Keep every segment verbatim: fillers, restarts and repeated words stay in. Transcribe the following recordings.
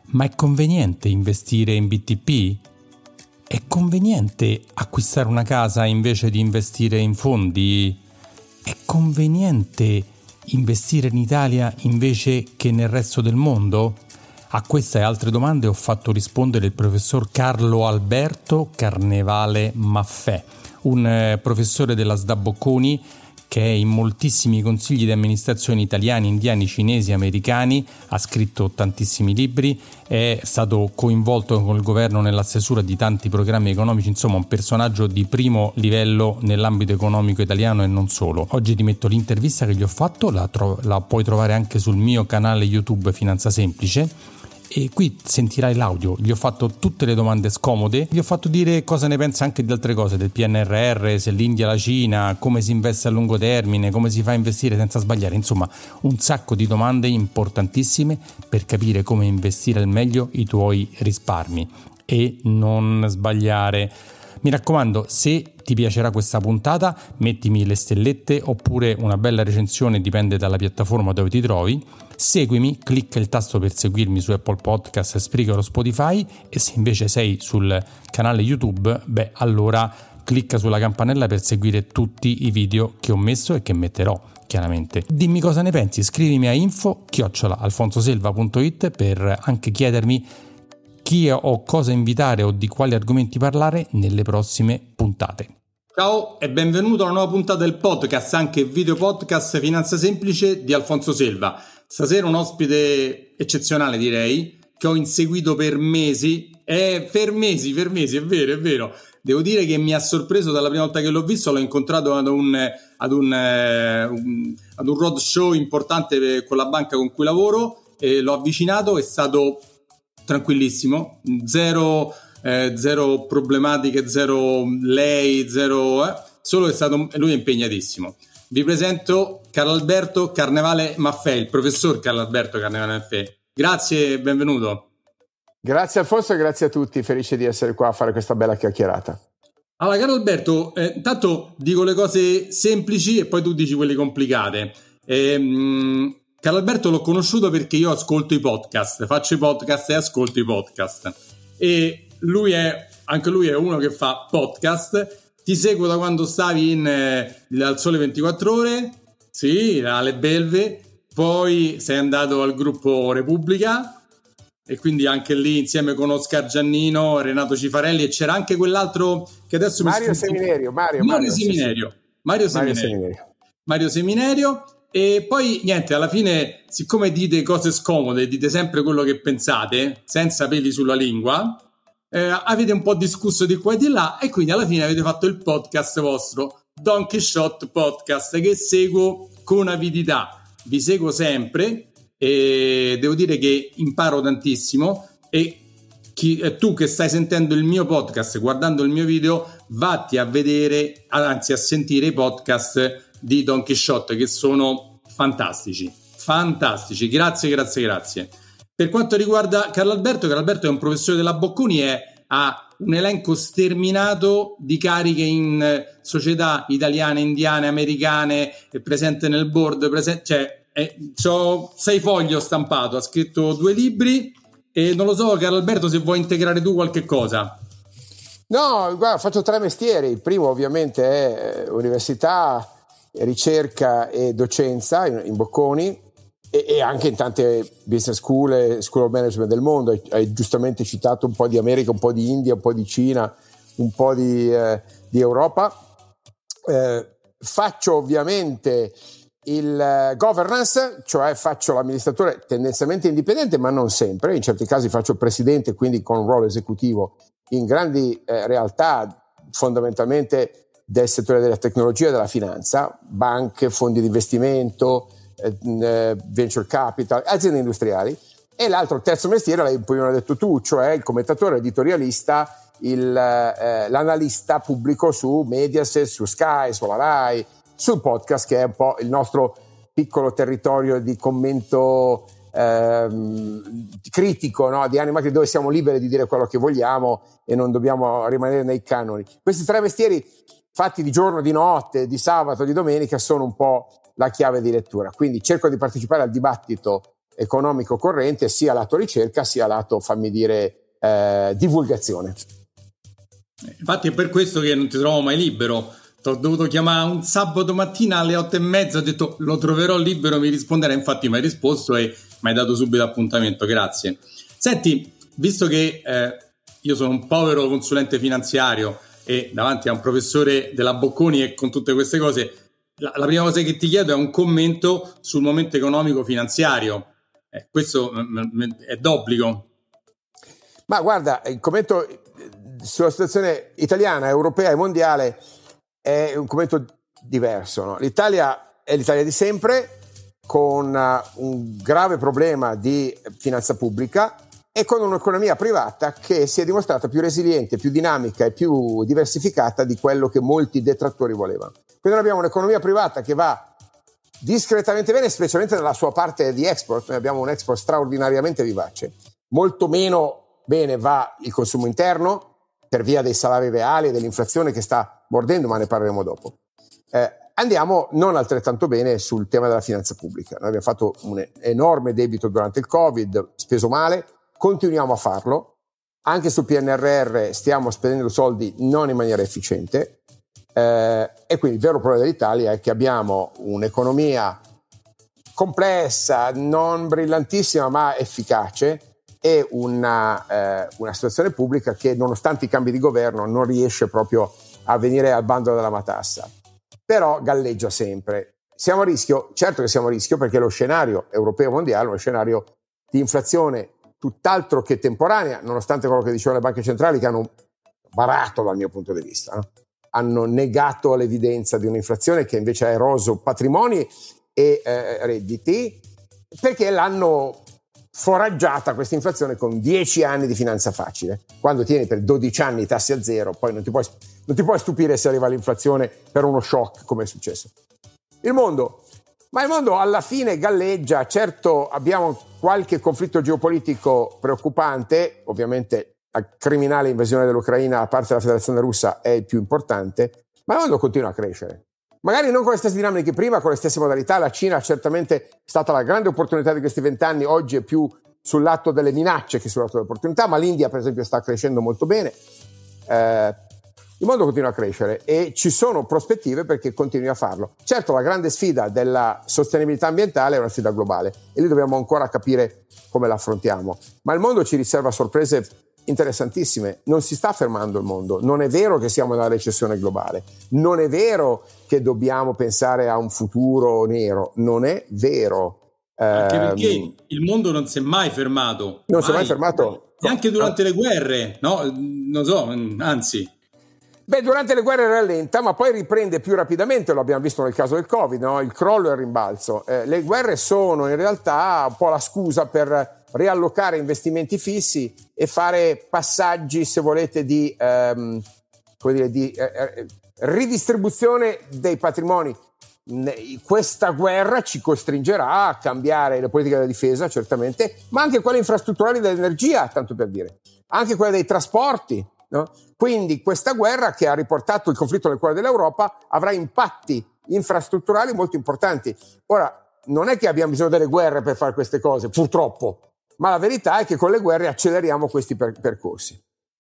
Ma è conveniente investire in B T P? È conveniente acquistare una casa invece di investire in fondi? È conveniente investire in Italia invece che nel resto del mondo? A queste e altre domande ho fatto rispondere il professor Carlo Alberto Carnevale Maffè, un professore della S D A Bocconi che è in moltissimi consigli di amministrazione italiani, indiani, cinesi, americani, ha scritto tantissimi libri, è stato coinvolto col governo nella stesura di tanti programmi economici, insomma un personaggio di primo livello nell'ambito economico italiano e non solo. Oggi ti metto l'intervista che gli ho fatto, la, tro- la puoi trovare anche sul mio canale YouTube Finanza Semplice. E qui sentirai l'audio, gli ho fatto tutte le domande scomode, gli ho fatto dire cosa ne pensa anche di altre cose, del P N R R, se l'India, la Cina, come si investe a lungo termine, come si fa a investire senza sbagliare, insomma un sacco di domande importantissime per capire come investire al meglio i tuoi risparmi e non sbagliare. Mi raccomando, se ti piacerà questa puntata, mettimi le stellette oppure una bella recensione, dipende dalla piattaforma dove ti trovi. Seguimi, clicca il tasto per seguirmi su Apple Podcast, Spreaker o Spotify, e se invece sei sul canale YouTube, beh allora clicca sulla campanella per seguire tutti i video che ho messo e che metterò, chiaramente. Dimmi cosa ne pensi, scrivimi a info chiocciola alfonsoselva punto it per anche chiedermi chi o cosa invitare o di quali argomenti parlare nelle prossime puntate. Ciao e benvenuto alla nuova puntata del podcast, anche video podcast Finanza Semplice di Alfonso Selva. Stasera un ospite eccezionale, direi, che ho inseguito per mesi, eh, per mesi, per mesi, è vero, è vero. Devo dire che mi ha sorpreso dalla prima volta che l'ho visto, l'ho incontrato ad un, ad un, eh, un, ad un road show importante con la banca con cui lavoro, e l'ho avvicinato, è stato tranquillissimo, zero, eh, zero problematiche, zero lei, zero, eh, solo è stato, lui è impegnatissimo. Vi presento Carlo Alberto Carnevale Maffè, il professor Carlo Alberto Carnevale Maffè. Grazie e benvenuto. Grazie Alfonso e grazie a tutti, felice di essere qua a fare questa bella chiacchierata. Allora Carlo Alberto, eh, intanto dico le cose semplici e poi tu dici quelle complicate. Ehm, Carlo Alberto l'ho conosciuto perché io ascolto i podcast, faccio i podcast e ascolto i podcast. E lui è, anche lui è uno che fa podcast. Ti seguo da quando stavi in eh, al Sole ventiquattro Ore, sì, alle Belve, poi sei andato al gruppo Repubblica e quindi anche lì insieme con Oscar Giannino, Renato Cifarelli, e c'era anche quell'altro che adesso Mario mi Seminerio, Mario, Mario, Mario Seminerio, sì, sì. Mario Mario Seminerio, Seminerio. Mario Seminerio. E poi niente, alla fine, siccome dite cose scomode, dite sempre quello che pensate, senza peli sulla lingua, eh, avete un po' discusso di qua e di là, e quindi alla fine avete fatto il podcast vostro, Don Quixote Podcast, che seguo con avidità. Vi seguo sempre e devo dire che imparo tantissimo, e chi, eh, tu che stai sentendo il mio podcast, guardando il mio video, vatti a vedere, anzi a sentire i podcast di Don Quixote, che sono fantastici, fantastici. Grazie, grazie, grazie. Per quanto riguarda Carlo Alberto, Carlo Alberto è un professore della Bocconi e ha un elenco sterminato di cariche in società italiane, indiane, americane, è presente nel board, presente, cioè è, c'ho sei fogli ho stampato, ha scritto due libri e non lo so, Carlo Alberto, se vuoi integrare tu qualche cosa. No, guarda, faccio tre mestieri. Il primo ovviamente è università, ricerca e docenza in, in Bocconi e, e anche in tante business school e school of management del mondo. Hai, hai giustamente citato un po' di America, un po' di India, un po' di Cina, un po' di, eh, di Europa. Eh, faccio ovviamente il governance, cioè faccio l'amministratore tendenzialmente indipendente, ma non sempre. In certi casi faccio presidente, quindi con un ruolo esecutivo in grandi eh, realtà, fondamentalmente del settore della tecnologia e della finanza, banche, fondi di investimento, eh, venture capital, aziende industriali. E l'altro, terzo mestiere, l'hai prima detto tu, cioè il commentatore, editorialista, il, eh, l'analista pubblico su Mediaset, su Sky, sulla Rai, sul podcast, che è un po' il nostro piccolo territorio di commento ehm, critico, no? Di Anima, dove siamo liberi di dire quello che vogliamo e non dobbiamo rimanere nei canoni. Questi tre mestieri, fatti di giorno, di notte, di sabato, di domenica, sono un po' la chiave di lettura. Quindi cerco di partecipare al dibattito economico corrente, sia lato ricerca sia lato, fammi dire, eh, divulgazione. Infatti è per questo che non ti trovo mai libero. Ti ho dovuto chiamare un sabato mattina alle otto e mezza, ho detto lo troverò libero, mi risponderà, infatti mi hai risposto e mi hai dato subito appuntamento, grazie. Senti, visto che eh, io sono un povero consulente finanziario e davanti a un professore della Bocconi e con tutte queste cose, la, la prima cosa che ti chiedo è un commento sul momento economico finanziario. Eh, questo m- m- è d'obbligo. Ma guarda, il commento sulla situazione italiana, europea e mondiale è un commento diverso, no? L'Italia è l'Italia di sempre, con uh, un grave problema di finanza pubblica e con un'economia privata che si è dimostrata più resiliente, più dinamica e più diversificata di quello che molti detrattori volevano. Quindi noi abbiamo un'economia privata che va discretamente bene, specialmente nella sua parte di export. Noi abbiamo un export straordinariamente vivace. Molto meno bene va il consumo interno per via dei salari reali e dell'inflazione che sta mordendo, ma ne parleremo dopo. Eh, andiamo non altrettanto bene sul tema della finanza pubblica. Noi abbiamo fatto un enorme debito durante il Covid, speso male, continuiamo a farlo. Anche sul P N R R stiamo spendendo soldi non in maniera efficiente. Eh, e quindi il vero problema dell'Italia è che abbiamo un'economia complessa, non brillantissima, ma efficace, e una, eh, una situazione pubblica che, nonostante i cambi di governo, non riesce proprio a venire al bando della matassa, però galleggia sempre. Siamo a rischio? Certo che siamo a rischio, perché lo scenario europeo mondiale è uno scenario di inflazione tutt'altro che temporanea, nonostante quello che dicevano le banche centrali, che hanno barato dal mio punto di vista, no? Hanno negato l'evidenza di un'inflazione che invece ha eroso patrimoni e eh, redditi, perché l'hanno foraggiata questa inflazione con dieci anni di finanza facile. Quando tieni per dodici anni i tassi a zero, poi non ti puoi, non ti puoi stupire se arriva l'inflazione per uno shock, come è successo. Il mondo, ma il mondo alla fine galleggia. Certo, abbiamo qualche conflitto geopolitico preoccupante, ovviamente la criminale invasione dell'Ucraina a parte della Federazione Russa è il più importante, ma il mondo continua a crescere. Magari non con le stesse dinamiche prima, con le stesse modalità. La Cina è certamente stata la grande opportunità di questi vent'anni, oggi è più sul lato delle minacce che sul lato delle opportunità, ma l'India per esempio sta crescendo molto bene. Eh, il mondo continua a crescere e ci sono prospettive perché continui a farlo. Certo, la grande sfida della sostenibilità ambientale è una sfida globale e lì dobbiamo ancora capire come la affrontiamo, ma il mondo ci riserva sorprese interessantissime. Non si sta fermando il mondo, non è vero che siamo nella recessione globale, non è vero che dobbiamo pensare a un futuro nero, non è vero. Anche perché eh, il mondo non si è mai fermato, non mai. si è mai fermato neanche durante no. le guerre, no? Non so, anzi. Beh, durante le guerre rallenta, ma poi riprende più rapidamente, lo abbiamo visto nel caso del Covid, no? Il crollo e il rimbalzo. Eh, le guerre sono in realtà un po' la scusa per riallocare investimenti fissi e fare passaggi, se volete, di, ehm, come dire, di eh, ridistribuzione dei patrimoni. Questa guerra ci costringerà a cambiare le politiche della difesa, certamente, ma anche quelle infrastrutturali dell'energia, tanto per dire, anche quelle dei trasporti, no? Quindi questa guerra, che ha riportato il conflitto nel cuore dell'Europa, avrà impatti infrastrutturali molto importanti. Ora, non è che abbiamo bisogno delle guerre per fare queste cose, purtroppo, ma la verità è che con le guerre acceleriamo questi per- percorsi.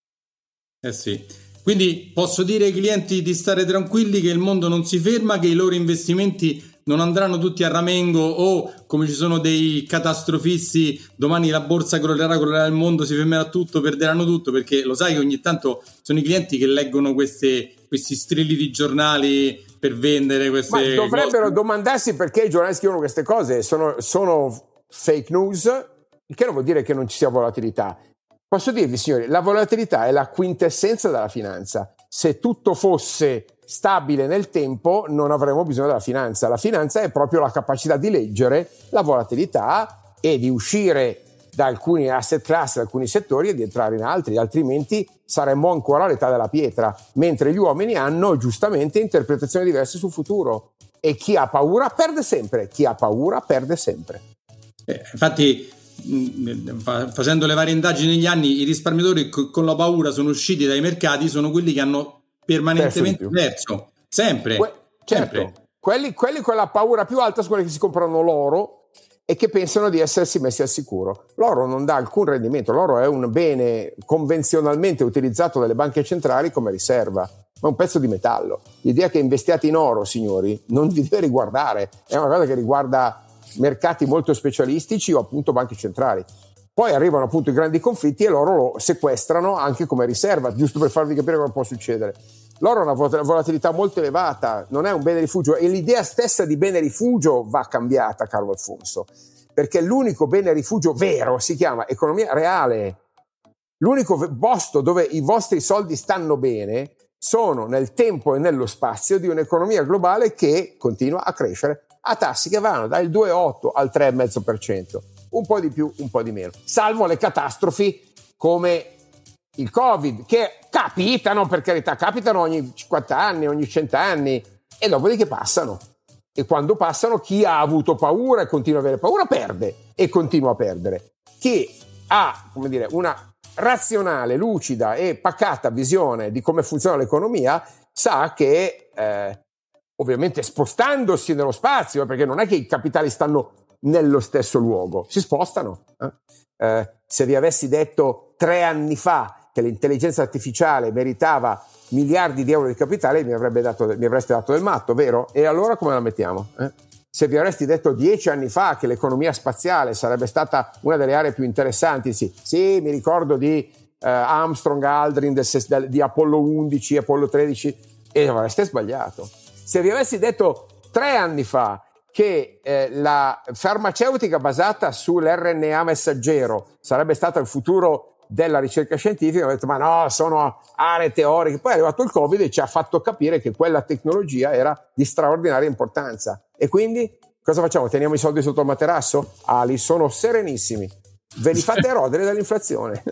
Eh sì. Quindi posso dire ai clienti di stare tranquilli, che il mondo non si ferma, che i loro investimenti non andranno tutti a ramengo, o come ci sono dei catastrofisti, domani la borsa crollerà, crollerà il mondo, si fermerà tutto, perderanno tutto, perché lo sai che ogni tanto sono i clienti che leggono queste, questi strilli di giornali per vendere queste Ma dovrebbero cose. Domandarsi perché i giornali scrivono queste cose. Sono, sono fake news, il che non vuol dire che non ci sia volatilità. Posso dirvi, signori, la volatilità è la quintessenza della finanza. Se tutto fosse stabile nel tempo, non avremmo bisogno della finanza. La finanza è proprio la capacità di leggere la volatilità e di uscire da alcuni asset class, da alcuni settori, e di entrare in altri, altrimenti saremmo ancora all'età della pietra, mentre gli uomini hanno giustamente interpretazioni diverse sul futuro. E chi ha paura perde sempre, chi ha paura perde sempre. Eh, infatti, facendo le varie indagini negli anni, i risparmiatori con la paura sono usciti dai mercati, sono quelli che hanno permanentemente perso, sempre, que- certo. sempre. Quelli, quelli con la paura più alta sono quelli che si comprano l'oro e che pensano di essersi messi al sicuro. L'oro non dà alcun rendimento, l'oro è un bene convenzionalmente utilizzato dalle banche centrali come riserva, ma è un pezzo di metallo. L'idea che investiate in oro, signori, non vi deve riguardare, è una cosa che riguarda mercati molto specialistici o appunto banche centrali. Poi arrivano appunto i grandi conflitti e l'oro lo sequestrano anche come riserva, giusto per farvi capire cosa può succedere. L'oro ha una volatilità molto elevata, non è un bene rifugio e l'idea stessa di bene rifugio va cambiata, caro Alfonso, perché l'unico bene rifugio vero si chiama economia reale. L'unico posto dove i vostri soldi stanno bene sono nel tempo e nello spazio di un'economia globale che continua a crescere a tassi che vanno dal due virgola otto al tre virgola cinque per cento, un po' di più, un po' di meno, salvo le catastrofi come il Covid, che capitano, per carità, capitano ogni cinquanta anni, ogni cento anni e dopodiché passano. E quando passano, chi ha avuto paura e continua ad avere paura perde e continua a perdere. Chi ha, come dire, una razionale, lucida e pacata visione di come funziona l'economia sa che eh, ovviamente spostandosi nello spazio, perché non è che i capitali stanno nello stesso luogo, si spostano. Eh? Eh, se vi avessi detto tre anni fa che l'intelligenza artificiale meritava miliardi di euro di capitale, mi, avrebbe dato, mi avreste dato del matto, vero? E allora come la mettiamo? Eh? Se vi avresti detto dieci anni fa che l'economia spaziale sarebbe stata una delle aree più interessanti, sì, sì mi ricordo di eh, Armstrong, Aldrin, del, di Apollo undici, Apollo tredici, e avreste sbagliato. Se vi avessi detto tre anni fa che eh, la farmaceutica basata sull'erre enne a messaggero sarebbe stata il futuro della ricerca scientifica, ho detto ma no, sono aree teoriche. Poi è arrivato il Covid e ci ha fatto capire che quella tecnologia era di straordinaria importanza. E quindi cosa facciamo? Teniamo i soldi sotto il materasso? Ah, li sono serenissimi. Ve li fate erodere dall'inflazione.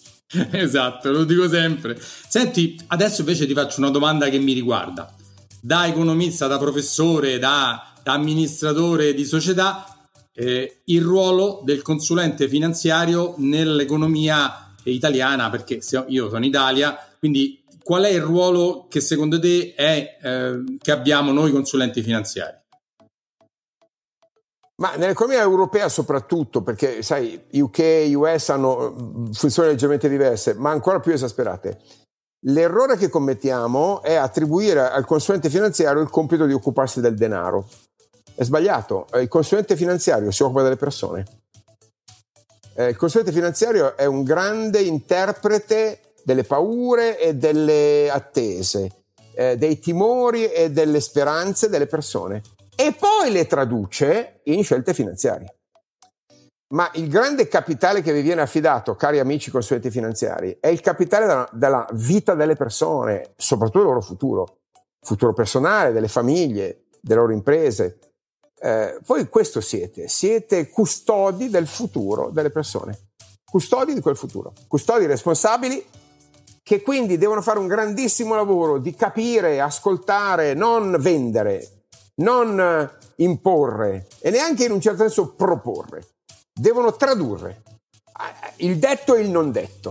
Esatto, lo dico sempre. Senti, adesso invece ti faccio una domanda che mi riguarda. Da economista, da professore, da, da amministratore di società, eh, il ruolo del consulente finanziario nell'economia italiana, perché io sono Italia, quindi qual è il ruolo che secondo te è eh, che abbiamo noi consulenti finanziari? Ma nell'economia europea soprattutto, perché sai, U K, U S hanno funzioni leggermente diverse, ma ancora più esasperate. L'errore che commettiamo è attribuire al consulente finanziario il compito di occuparsi del denaro. È sbagliato. Il consulente finanziario si occupa delle persone. Eh, il consulente finanziario è un grande interprete delle paure e delle attese, eh, dei timori e delle speranze delle persone, e poi le traduce in scelte finanziarie. Ma il grande capitale che vi viene affidato, cari amici consulenti finanziari, è il capitale della, della vita delle persone, soprattutto il loro futuro, futuro personale, delle famiglie, delle loro imprese. Eh, voi questo siete, siete custodi del futuro delle persone, custodi di quel futuro, custodi responsabili che quindi devono fare un grandissimo lavoro di capire, ascoltare, non vendere, non imporre e neanche in un certo senso proporre, devono tradurre il detto e il non detto,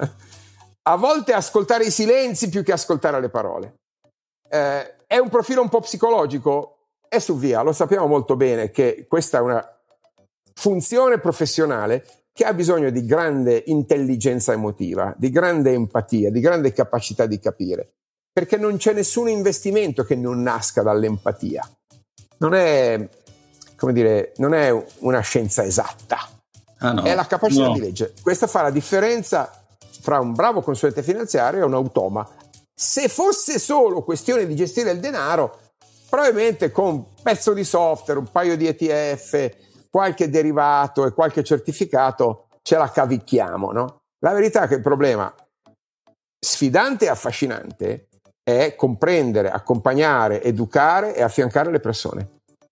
a volte ascoltare i silenzi più che ascoltare le parole. Eh, è un profilo un po' psicologico? E su via, lo sappiamo molto bene che questa è una funzione professionale che ha bisogno di grande intelligenza emotiva, di grande empatia, di grande capacità di capire, perché non c'è nessun investimento che non nasca dall'empatia. Non è, come dire, non è una scienza esatta, ah, no. È la capacità no. di leggere. Questa fa la differenza fra un bravo consulente finanziario e un automa. Se fosse solo questione di gestire il denaro, probabilmente con un pezzo di software, un paio di E T F, qualche derivato e qualche certificato ce la cavicchiamo, no? La verità è che il problema sfidante e affascinante è comprendere, accompagnare, educare e affiancare le persone.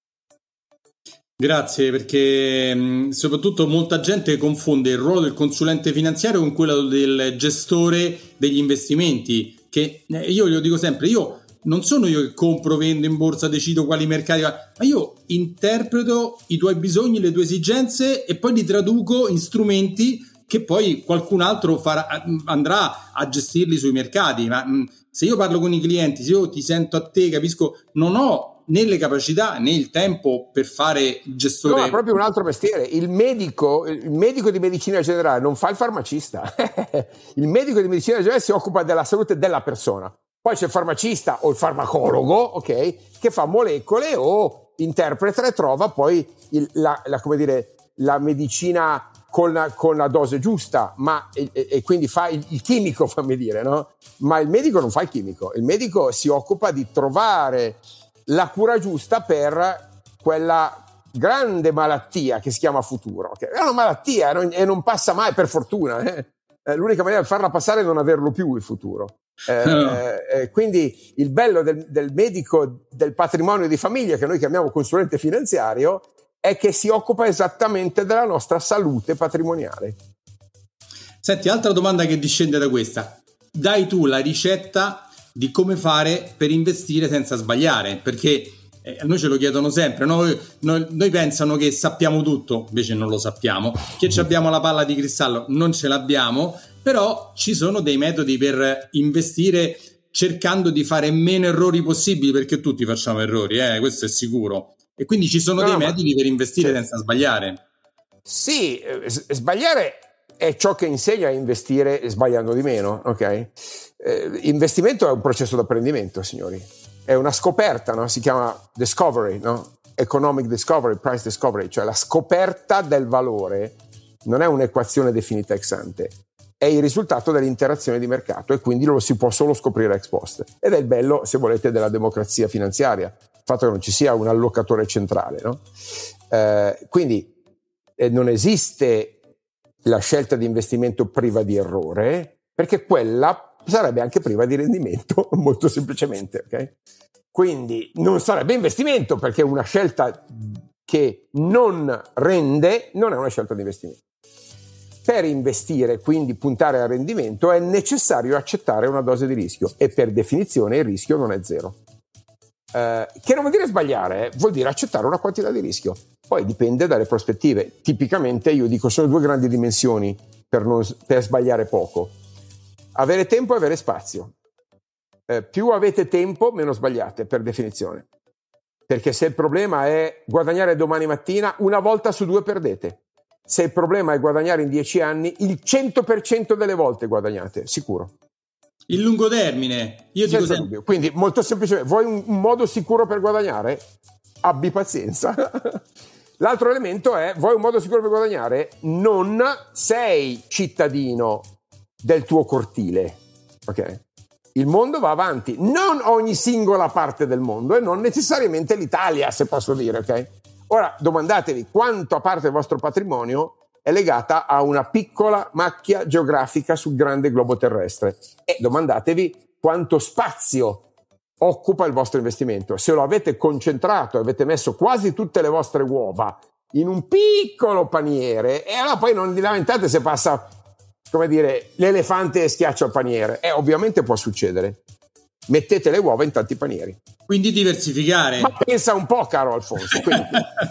Grazie, perché mh, soprattutto molta gente confonde il ruolo del consulente finanziario con quello del gestore degli investimenti, che eh, io glielo dico sempre, io non sono io che compro, vendo in borsa, decido quali mercati, ma io interpreto i tuoi bisogni, le tue esigenze e poi li traduco in strumenti che poi qualcun altro farà, andrà a gestirli sui mercati. Ma mh, se io parlo con i clienti, se io ti sento a te, capisco, non ho né le capacità né il tempo per fare il gestore. No, è proprio un altro mestiere. Il medico, il medico di medicina generale non fa il farmacista. Il medico di medicina generale si occupa della salute della persona. Poi c'è il farmacista o il farmacologo, ok, che fa molecole o interpreta e trova poi il, la, la, come dire, la medicina con la, con la dose giusta, ma e, e quindi fa il, il chimico, fammi dire, no? Ma il medico non fa il chimico. Il medico si occupa di trovare la cura giusta per quella grande malattia che si chiama futuro, che è una malattia non, e non passa mai, per fortuna, eh? Eh, l'unica maniera di farla passare è non averlo più il futuro. Eh, no. eh, quindi il bello del, del medico del patrimonio di famiglia, che noi chiamiamo consulente finanziario, è che si occupa esattamente della nostra salute patrimoniale. Senti, altra domanda che discende da questa: dai tu la ricetta di come fare per investire senza sbagliare, perché eh, a noi ce lo chiedono sempre, no? noi, noi pensano che sappiamo tutto, invece non lo sappiamo, che ci abbiamo la palla di cristallo, non ce l'abbiamo, però ci sono dei metodi per investire cercando di fare meno errori possibili, perché tutti facciamo errori, eh, questo è sicuro, e quindi ci sono no, dei metodi per investire cioè, senza sbagliare. Sì, eh, sbagliare è ciò che insegna a investire sbagliando di meno, ok? Eh, investimento è un processo di apprendimento, signori, è una scoperta, no? Si chiama discovery, no? Economic discovery, price discovery, cioè la scoperta del valore non è un'equazione definita ex ante, è il risultato dell'interazione di mercato e quindi lo si può solo scoprire ex post, ed è il bello, se volete, della democrazia finanziaria, il fatto che non ci sia un allocatore centrale, no? Eh, quindi eh, non esiste la scelta di investimento priva di errore, perché quella sarebbe anche priva di rendimento, molto semplicemente, ok? Quindi non sarebbe investimento, perché una scelta che non rende non è una scelta di investimento. Per investire, quindi puntare al rendimento, è necessario accettare una dose di rischio, e per definizione il rischio non è zero. Eh, che non vuol dire sbagliare, eh? Vuol dire accettare una quantità di rischio. Poi dipende dalle prospettive. Tipicamente io dico sono due grandi dimensioni per, non, per sbagliare poco: avere tempo e avere spazio. Eh, più avete tempo, meno sbagliate, per definizione, perché se il problema è guadagnare domani mattina, una volta su due perdete. Se il problema è guadagnare in dieci anni, il cento per cento delle volte guadagnate, sicuro. Il lungo termine, io dico senza dubbio. Quindi molto semplicemente, vuoi un, un modo sicuro per guadagnare? Abbi pazienza. L'altro elemento è, vuoi un modo sicuro per guadagnare? Non sei cittadino del tuo cortile, ok? Il mondo va avanti, non ogni singola parte del mondo, e non necessariamente l'Italia, se posso dire, ok? Ora domandatevi quanto a parte del vostro patrimonio è legata a una piccola macchia geografica sul grande globo terrestre, e domandatevi quanto spazio occupa il vostro investimento. Se lo avete concentrato e avete messo quasi tutte le vostre uova in un piccolo paniere, e allora poi non vi lamentate se passa, come dire, l'elefante e schiaccia il paniere. Eh, ovviamente può succedere. Mettete le uova in tanti panieri. Quindi diversificare. Ma pensa un po', caro Alfonso. Quindi...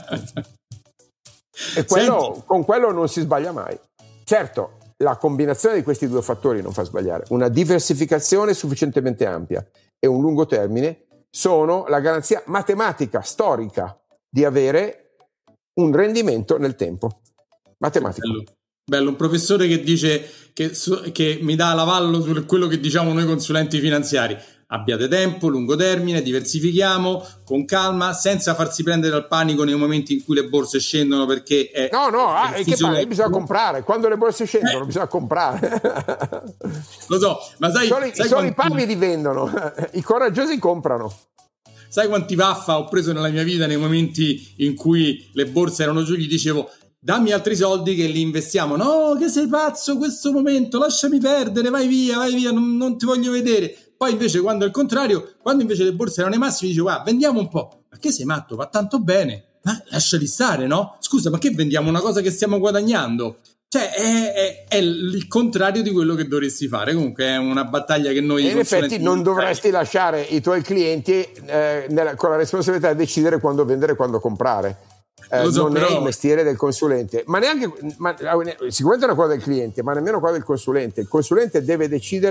e quello, con quello non si sbaglia mai. Certo, la combinazione di questi due fattori non fa sbagliare. Una diversificazione sufficientemente ampia e un lungo termine sono la garanzia matematica, storica, di avere un rendimento nel tempo. Matematico. Bello, bello. Un professore che dice che, che mi dà l'avallo su quello che diciamo noi consulenti finanziari: abbiate tempo, lungo termine, diversifichiamo con calma, senza farsi prendere dal panico nei momenti in cui le borse scendono, perché è no no ah, che pare, bisogna comprare quando le borse scendono, eh. bisogna comprare. Lo so, ma sai, solo, sai solo quanti... i pavidi vendono, i coraggiosi comprano. Sai quanti vaffa ho preso nella mia vita nei momenti in cui le borse erano giù? Gli dicevo: dammi altri soldi che li investiamo. No, che sei pazzo, questo momento, lasciami perdere, vai via, vai via, non, non ti voglio vedere. Poi invece quando è il contrario, quando invece le borse erano ai massimi, dicevo: ah, vendiamo un po'. Ma che sei matto, va tanto bene, ma lasciali stare, no? Scusa, ma che vendiamo una cosa che stiamo guadagnando? Cioè è, è, è il contrario di quello che dovresti fare. Comunque è una battaglia che noi... E in effetti non dovresti lasciare i tuoi clienti eh, nella, con la responsabilità di decidere quando vendere e quando comprare. Eh, so, non però... è il mestiere del consulente, ma neanche ma, sicuramente è una cosa del cliente, ma nemmeno quella del consulente. Il consulente deve decidere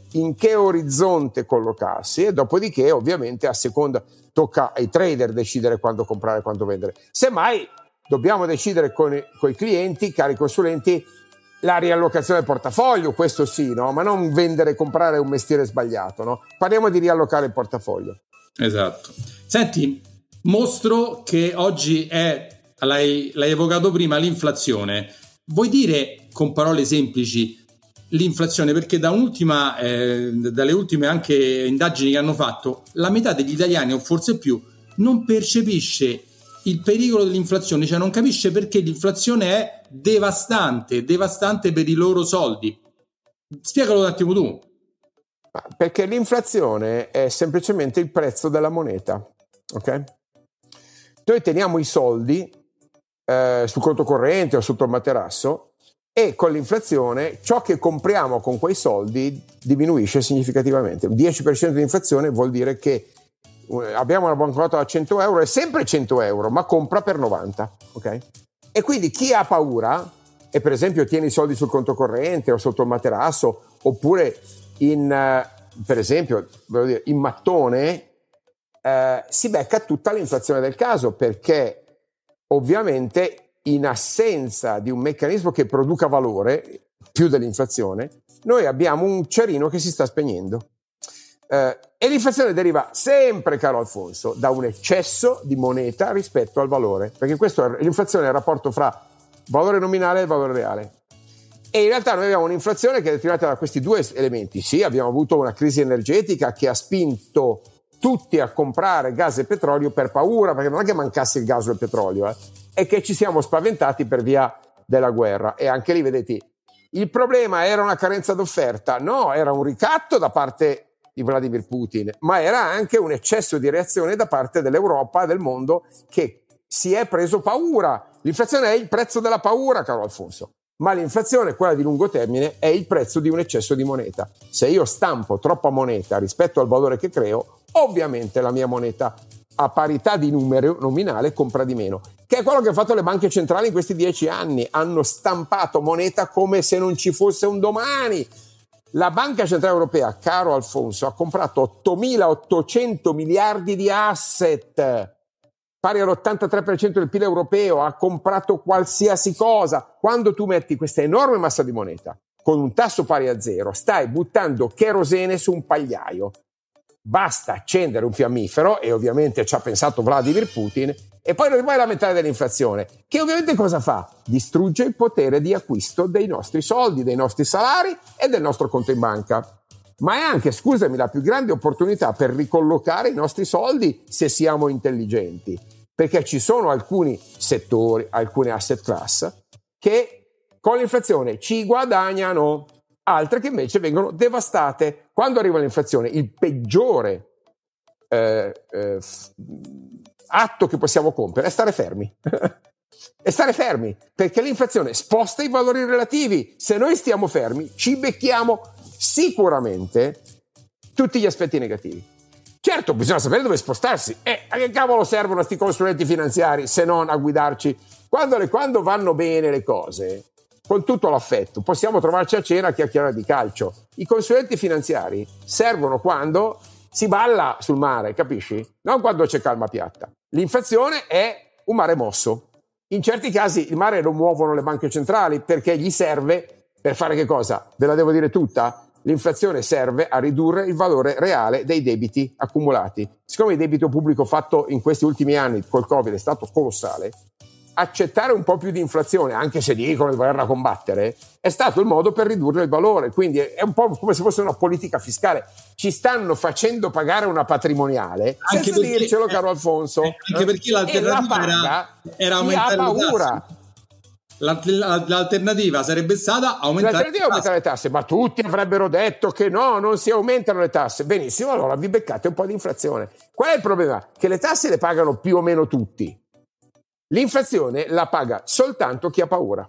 in che orizzonte collocarsi, e dopodiché ovviamente a seconda tocca ai trader decidere quando comprare e quando vendere. Semmai dobbiamo decidere con i, con i clienti, cari consulenti, la riallocazione del portafoglio, questo sì, no? Ma non vendere e comprare è un mestiere sbagliato, no? Parliamo di riallocare il portafoglio. Esatto. Senti, mostro che oggi è, l'hai, l'hai evocato prima, l'inflazione. Vuoi dire con parole semplici l'inflazione? Perché da un'ultima, eh, dalle ultime anche indagini che hanno fatto, la metà degli italiani, o forse più, non percepisce il pericolo dell'inflazione, cioè non capisce perché l'inflazione è devastante, devastante per i loro soldi. Spiegalo un attimo tu. Perché l'inflazione è semplicemente il prezzo della moneta, ok? Noi teniamo i soldi eh, sul conto corrente o sotto il materasso, e con l'inflazione ciò che compriamo con quei soldi diminuisce significativamente. Un dieci per cento di inflazione vuol dire che abbiamo una banconota da cento euro, è sempre cento euro, ma compra per novanta, ok? E quindi chi ha paura, e per esempio tiene i soldi sul conto corrente o sotto il materasso, oppure in, per esempio, in mattone, eh, si becca tutta l'inflazione del caso, perché ovviamente in assenza di un meccanismo che produca valore, più dell'inflazione, noi abbiamo un cerino che si sta spegnendo. Eh, e l'inflazione deriva sempre, caro Alfonso, da un eccesso di moneta rispetto al valore, perché questo è, l'inflazione è il rapporto fra valore nominale e valore reale. E in realtà noi abbiamo un'inflazione che è determinata da questi due elementi. Sì, abbiamo avuto una crisi energetica che ha spinto tutti a comprare gas e petrolio per paura, perché non è che mancasse il gas o il petrolio, eh, è che ci siamo spaventati per via della guerra. E anche lì, vedete, il problema era una carenza d'offerta? No, era un ricatto da parte di Vladimir Putin, ma era anche un eccesso di reazione da parte dell'Europa, del mondo, che si è preso paura. L'inflazione è il prezzo della paura, caro Alfonso, ma l'inflazione, quella di lungo termine, è il prezzo di un eccesso di moneta. Se io stampo troppa moneta rispetto al valore che creo, ovviamente la mia moneta a parità di numero nominale compra di meno, che è quello che hanno fatto le banche centrali in questi dieci anni. Hanno stampato moneta come se non ci fosse un domani. La Banca Centrale Europea, caro Alfonso, ha comprato ottomilaottocento miliardi di asset, pari all'ottantatré per cento del P I L europeo, ha comprato qualsiasi cosa. Quando tu metti questa enorme massa di moneta con un tasso pari a zero, stai buttando cherosene su un pagliaio. Basta accendere un fiammifero, e ovviamente ci ha pensato Vladimir Putin, e poi non ti puoi lamentare dell'inflazione, che ovviamente cosa fa? Distrugge il potere di acquisto dei nostri soldi, dei nostri salari e del nostro conto in banca. Ma è anche, scusami, la più grande opportunità per ricollocare i nostri soldi, se siamo intelligenti, perché ci sono alcuni settori, alcune asset class che con l'inflazione ci guadagnano, altre che invece vengono devastate. Quando arriva l'inflazione, il peggiore eh, eh, atto che possiamo compiere è stare fermi. È stare fermi, perché l'inflazione sposta i valori relativi. Se noi stiamo fermi, ci becchiamo sicuramente tutti gli aspetti negativi. Certo, bisogna sapere dove spostarsi. E a che cavolo servono questi consulenti finanziari se non a guidarci? Quando, le, quando vanno bene le cose, con tutto l'affetto, possiamo trovarci a cena a chiacchierare di calcio. I consulenti finanziari servono quando si balla sul mare, capisci? Non quando c'è calma piatta. L'inflazione è un mare mosso. In certi casi il mare lo muovono le banche centrali, perché gli serve per fare che cosa? Ve la devo dire tutta? L'inflazione serve a ridurre il valore reale dei debiti accumulati. Siccome il debito pubblico fatto in questi ultimi anni col Covid è stato colossale, accettare un po' più di inflazione, anche se dicono di volerla combattere, è stato il modo per ridurre il valore. Quindi è un po' come se fosse una politica fiscale. Ci stanno facendo pagare una patrimoniale, anche senza perché, dircelo, caro Alfonso. Anche perché l'alternativa la era, era aumentare le paura. tasse. L'alternativa sarebbe stata aumentare l'alternativa le aumentare le tasse, ma tutti avrebbero detto che no, non si aumentano le tasse. Benissimo, allora vi beccate un po' di inflazione. Qual è il problema? Che le tasse le pagano più o meno tutti. L'inflazione la paga soltanto chi ha paura,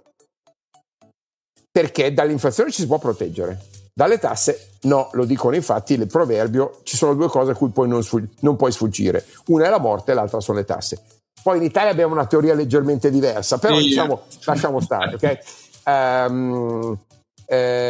perché dall'inflazione ci si può proteggere, dalle tasse no. Lo dicono infatti il proverbio: ci sono due cose a cui poi non, sfug- non puoi sfuggire, una è la morte e l'altra sono le tasse. Poi in Italia abbiamo una teoria leggermente diversa, però sì, diciamo lasciamo stare, ok? Um, eh,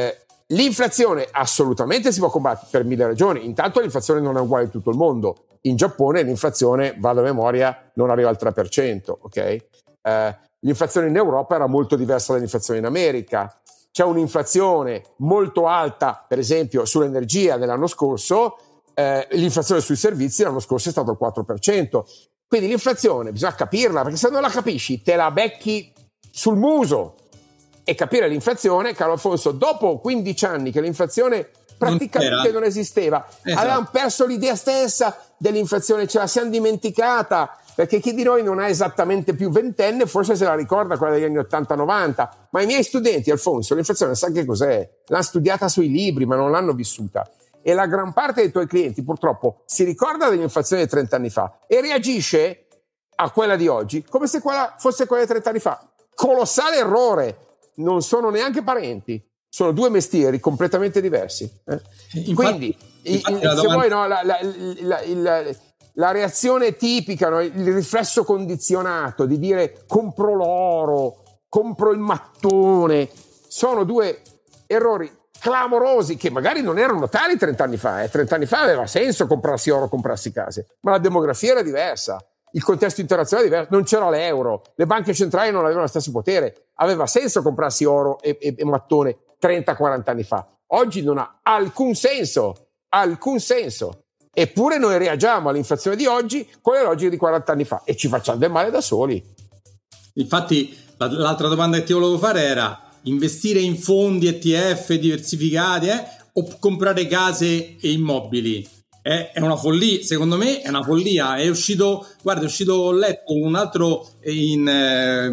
l'inflazione assolutamente si può combattere per mille ragioni. Intanto l'inflazione non è uguale in tutto il mondo. In Giappone l'inflazione, vado a memoria, non arriva al tre per cento, ok? Eh, l'inflazione in Europa era molto diversa dall'inflazione in America. C'è un'inflazione molto alta, per esempio, sull'energia dell'anno scorso, eh, l'inflazione sui servizi l'anno scorso è stato il quattro per cento. Quindi l'inflazione bisogna capirla, perché se non la capisci te la becchi sul muso. E capire l'inflazione, caro Alfonso, dopo quindici anni che l'inflazione praticamente non, non esisteva, esatto. Avevamo perso l'idea stessa dell'inflazione, ce la siamo dimenticata, perché chi di noi non ha esattamente più ventenne forse se la ricorda quella degli anni ottanta novanta, ma i miei studenti, Alfonso, l'inflazione sa che cos'è? L'hanno studiata sui libri ma non l'hanno vissuta, e la gran parte dei tuoi clienti purtroppo si ricorda dell'inflazione di trenta anni fa e reagisce a quella di oggi come se quella fosse quella di trenta anni fa. Colossale errore, non sono neanche parenti, sono due mestieri completamente diversi, eh? Infatti, Quindi infatti il, se domanda... vuoi no, la, la, la, la, la reazione tipica, no, il riflesso condizionato di dire compro l'oro, compro il mattone, sono due errori clamorosi che magari non erano tali trent'anni fa. Eh. trent'anni fa aveva senso comprarsi oro, comprarsi case, ma la demografia era diversa, il contesto internazionale è diverso, non c'era l'euro, le banche centrali non avevano lo stesso potere, aveva senso comprarsi oro e, e, e mattone trenta quaranta anni fa. Oggi non ha alcun senso, alcun senso. Eppure noi reagiamo all'inflazione di oggi con le logiche di quaranta anni fa e ci facciamo del male da soli. Infatti l'altra domanda che ti volevo fare era: investire in fondi E T F diversificati eh, o comprare case e immobili? È, è una follia, secondo me è una follia. È uscito, guarda, è uscito, ho letto un altro in eh,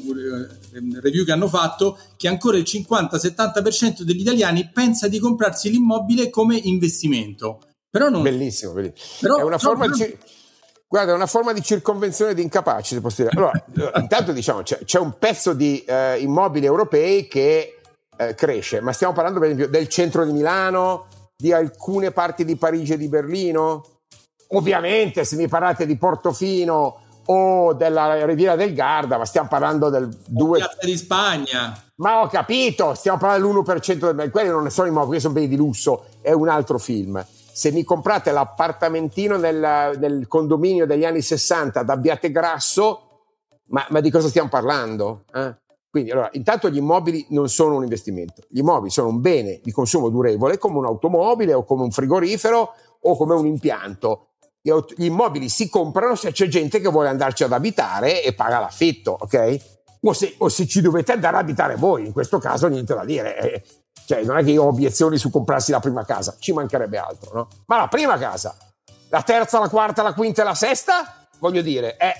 review che hanno fatto, che ancora il cinquanta settanta per cento degli italiani pensa di comprarsi l'immobile come investimento. Però non... Bellissimo, bellissimo. Però, è una forma però... di... Guarda, è una forma di circonvenzione di incapaci, se posso dire. Allora, intanto diciamo, c'è, c'è un pezzo di eh, immobili europei che eh, cresce, ma stiamo parlando per esempio del centro di Milano, di alcune parti di Parigi e di Berlino. Ovviamente se mi parlate di Portofino o della Riviera del Garda, ma stiamo parlando del due... Piazza di Spagna. Ma ho capito, stiamo parlando dell'uno per cento del... Quelli non sono immobili, quelli sono beni di lusso, è un altro film. Se mi comprate l'appartamentino nel, nel condominio degli anni sessanta da Abbiategrasso, ma, ma di cosa stiamo parlando? Eh? Quindi, allora, intanto gli immobili non sono un investimento. Gli immobili sono un bene di consumo durevole, come un'automobile o come un frigorifero o come un impianto. Gli immobili si comprano se c'è gente che vuole andarci ad abitare e paga l'affitto, ok? O se, o se ci dovete andare ad abitare voi, in questo caso niente da dire. Eh. Cioè, non è che io ho obiezioni su comprarsi la prima casa, ci mancherebbe altro, no? Ma la prima casa, la terza, la quarta, la quinta e la sesta, voglio dire, eh,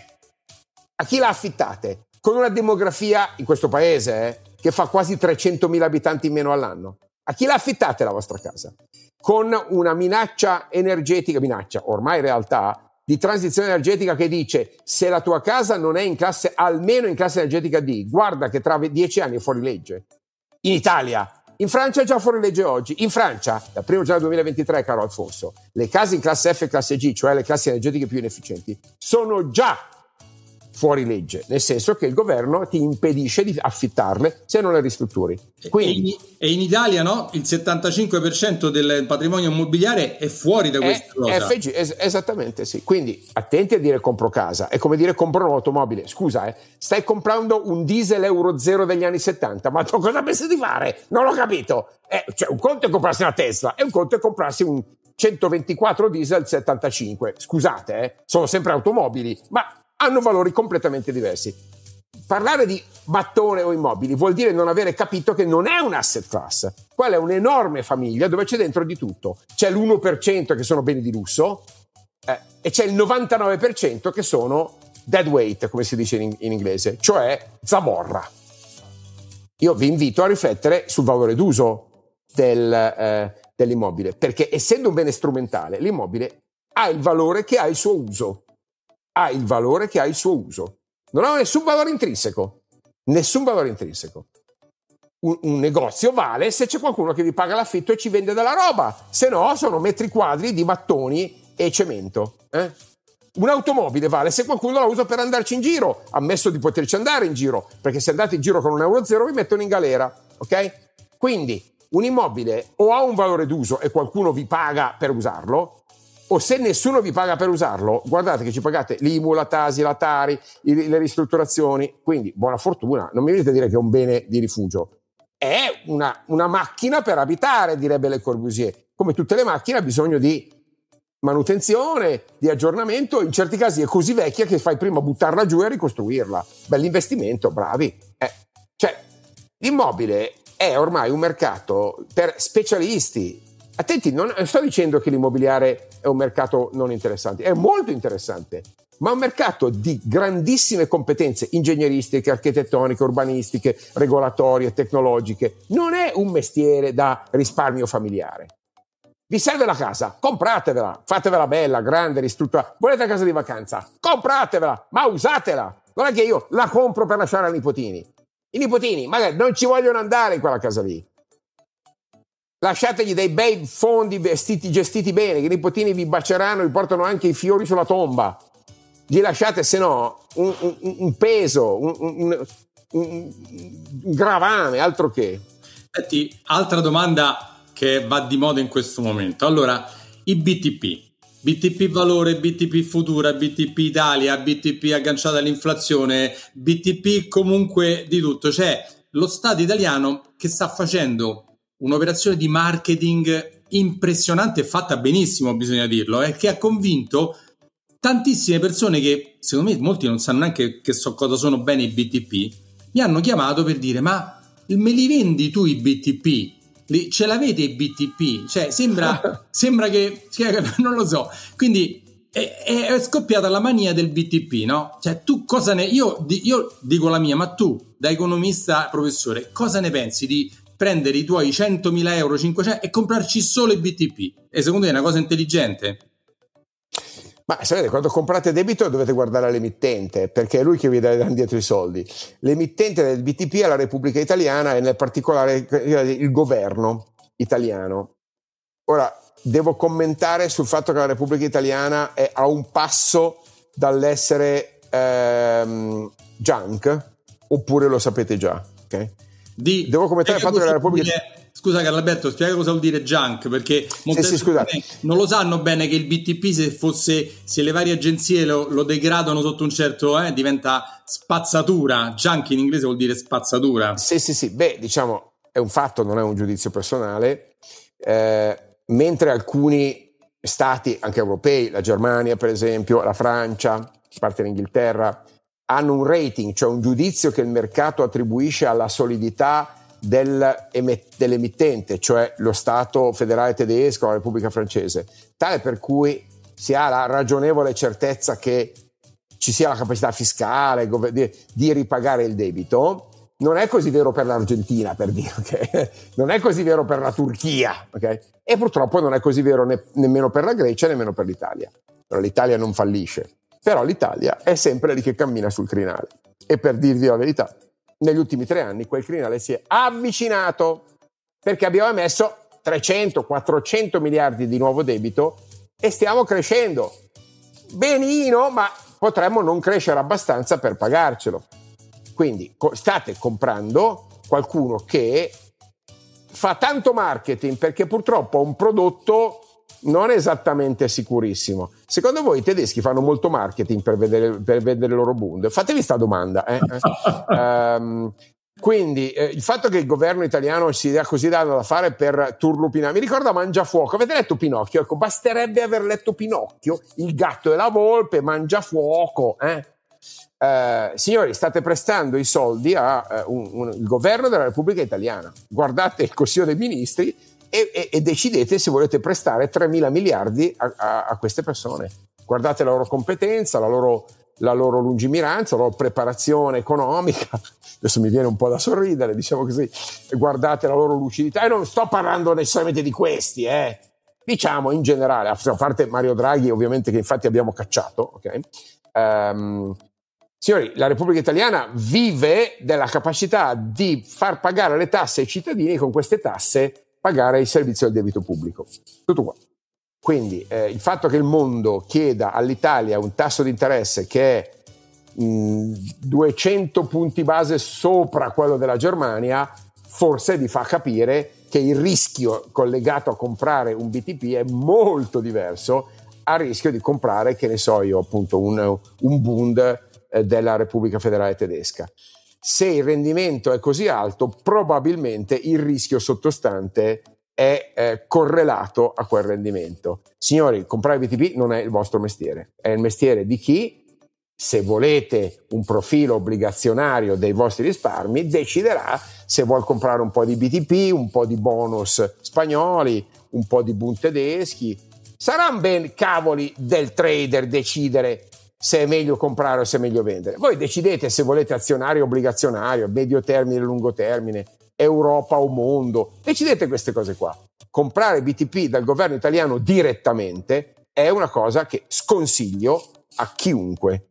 a chi la affittate? Con una demografia in questo paese eh, che fa quasi trecentomila abitanti in meno all'anno. A chi la affittate la vostra casa? Con una minaccia energetica, minaccia, ormai in realtà, di transizione energetica che dice se la tua casa non è in classe, almeno in classe energetica D, guarda che tra dieci anni è fuori legge. In Italia. In Francia è già fuori legge oggi. In Francia, dal primo gennaio duemilaventitré, caro Alfonso, le case in classe F e classe G, cioè le classi energetiche più inefficienti, sono già fuori legge, nel senso che il governo ti impedisce di affittarle se non le ristrutturi. Quindi, e in Italia no? Il settantacinque per cento del patrimonio immobiliare è fuori da questa cosa. F G, es- esattamente, sì. Quindi attenti a dire compro casa, è come dire compro un'automobile. Scusa, eh, stai comprando un diesel Euro zero degli anni settanta, ma tu cosa pensi di fare? Non l'ho capito. Eh, cioè, un conto è comprarsi una Tesla e un conto è comprarsi un centoventiquattro diesel settantacinque. Scusate, eh, sono sempre automobili, ma hanno valori completamente diversi. Parlare di mattone o immobili vuol dire non avere capito che non è un asset class. Quella è un'enorme famiglia dove c'è dentro di tutto. C'è l'uno per cento che sono beni di lusso eh, e c'è il novantanove per cento che sono dead weight, come si dice in, in inglese, cioè zavorra. Io vi invito a riflettere sul valore d'uso del, eh, dell'immobile, perché essendo un bene strumentale, l'immobile ha il valore che ha il suo uso. ha il valore che ha il suo uso. Non ha nessun valore intrinseco. Nessun valore intrinseco. Un, un negozio vale se c'è qualcuno che vi paga l'affitto e ci vende della roba. Se no, sono metri quadri di mattoni e cemento. Eh? Un'automobile vale se qualcuno la usa per andarci in giro, ammesso di poterci andare in giro, perché se andate in giro con un euro zero vi mettono in galera. Ok? Quindi, un immobile o ha un valore d'uso e qualcuno vi paga per usarlo, o se nessuno vi paga per usarlo, guardate che ci pagate l'I M U, la Tasi, la Tari, le ristrutturazioni, quindi buona fortuna, non mi venite a dire che è un bene di rifugio, è una, una macchina per abitare, direbbe Le Corbusier. Come tutte le macchine ha bisogno di manutenzione, di aggiornamento, in certi casi è così vecchia che fai prima buttarla giù e ricostruirla. Bell'investimento, bravi. Eh, cioè, l'immobile è ormai un mercato per specialisti. Attenti, non sto dicendo che l'immobiliare è un mercato non interessante, è molto interessante, ma è un mercato di grandissime competenze ingegneristiche, architettoniche, urbanistiche, regolatorie, tecnologiche. Non è un mestiere da risparmio familiare. Vi serve la casa? Compratevela, fatevela bella, grande, ristrutturata. Volete la casa di vacanza? Compratevela, ma usatela. Non è che io la compro per lasciare ai nipotini. I nipotini magari non ci vogliono andare in quella casa lì. Lasciategli dei bei fondi vestiti, gestiti bene, che i nipotini vi baceranno, vi portano anche i fiori sulla tomba. Gli lasciate, se no, un, un, un peso, un, un, un, un gravame, altro che. Senti, altra domanda che va di moda in questo momento. Allora, i B T P, B T P valore, B T P futura, B T P Italia, B T P agganciata all'inflazione, B T P comunque di tutto. C'è lo Stato italiano che sta facendo un'operazione di marketing impressionante e fatta benissimo, bisogna dirlo, e eh, che ha convinto tantissime persone che, secondo me, molti non sanno neanche che so cosa sono bene i B T P, mi hanno chiamato per dire: ma me li vendi tu i B T P? Li, ce l'avete i B T P? Cioè sembra, sembra che, cioè, non lo so, quindi è, è scoppiata la mania del B T P, no? Cioè tu cosa ne, io, io dico la mia, ma tu da economista professore cosa ne pensi di prendere i tuoi centomila euro, cinquecento e comprarci solo i B T P? E secondo te è una cosa intelligente? Ma sapete, quando comprate debito dovete guardare l'emittente, perché è lui che vi dà indietro i soldi. L'emittente del B T P è la Repubblica Italiana e nel particolare il governo italiano. Ora, devo commentare sul fatto che la Repubblica Italiana è a un passo dall'essere ehm, junk, oppure lo sapete già, ok? Di, devo commentare il fatto che la Repubblica dire, scusa Carlalberto, spiega cosa vuol dire junk, perché molte sì, sì, persone non lo sanno bene che il B T P, se fosse se le varie agenzie lo, lo degradano sotto un certo eh, diventa spazzatura. Junk in inglese vuol dire spazzatura. Sì sì sì, beh, diciamo è un fatto, non è un giudizio personale, eh, mentre alcuni stati anche europei, la Germania per esempio, la Francia, parte l'Inghilterra, hanno un rating, cioè un giudizio che il mercato attribuisce alla solidità del, dell'emittente, cioè lo Stato federale tedesco o la Repubblica Francese, tale per cui si ha la ragionevole certezza che ci sia la capacità fiscale di, di ripagare il debito. Non è così vero per l'Argentina, per dire, okay? Non è così vero per la Turchia, okay? E purtroppo non è così vero ne, nemmeno per la Grecia, nemmeno per l'Italia. Però l'Italia non fallisce. Però l'Italia è sempre lì che cammina sul crinale. E per dirvi la verità, negli ultimi tre anni quel crinale si è avvicinato, perché abbiamo emesso trecento quattrocento miliardi di nuovo debito e stiamo crescendo. Benino, ma potremmo non crescere abbastanza per pagarcelo. Quindi state comprando qualcuno che fa tanto marketing perché purtroppo ha un prodotto non esattamente sicurissimo. Secondo voi i tedeschi fanno molto marketing per vendere, per vendere il loro Bund? Fatevi sta domanda. Eh? um, quindi eh, il fatto che il governo italiano si dia così danno da fare per turlupinare, mi ricorda Mangiafuoco. Avete letto Pinocchio? Ecco, basterebbe aver letto Pinocchio, il gatto e la volpe, Mangiafuoco. Eh? Uh, signori, state prestando i soldi al uh, governo della Repubblica Italiana. Guardate il Consiglio dei Ministri e, e, e decidete se volete prestare tremila miliardi a, a, a queste persone. Guardate la loro competenza, la loro, la loro lungimiranza, la loro preparazione economica. Adesso mi viene un po' da sorridere, diciamo così. E guardate la loro lucidità. E non sto parlando necessariamente di questi, eh. Diciamo in generale, a parte Mario Draghi, ovviamente, che infatti abbiamo cacciato, ok? Um, Signori, la Repubblica Italiana vive della capacità di far pagare le tasse ai cittadini e con queste tasse pagare il servizio del debito pubblico. Tutto qua. Quindi eh, il fatto che il mondo chieda all'Italia un tasso di interesse che è mh, duecento punti base sopra quello della Germania, forse vi fa capire che che il rischio collegato a comprare un B T P è molto diverso al rischio di comprare, che ne so io, appunto un, un Bund eh, della Repubblica Federale Tedesca. Se il rendimento è così alto, probabilmente il rischio sottostante è eh, correlato a quel rendimento. Signori, comprare B T P non è il vostro mestiere, è il mestiere di chi, se volete un profilo obbligazionario dei vostri risparmi, deciderà se vuol comprare un po' di B T P, un po' di bonus spagnoli, un po' di Bund tedeschi. Saranno ben cavoli del trader decidere se è meglio comprare o se è meglio vendere. Voi decidete se volete azionario, obbligazionario, medio termine, lungo termine, Europa o mondo. Decidete queste cose qua. Comprare B T P dal governo italiano direttamente è una cosa che sconsiglio a chiunque.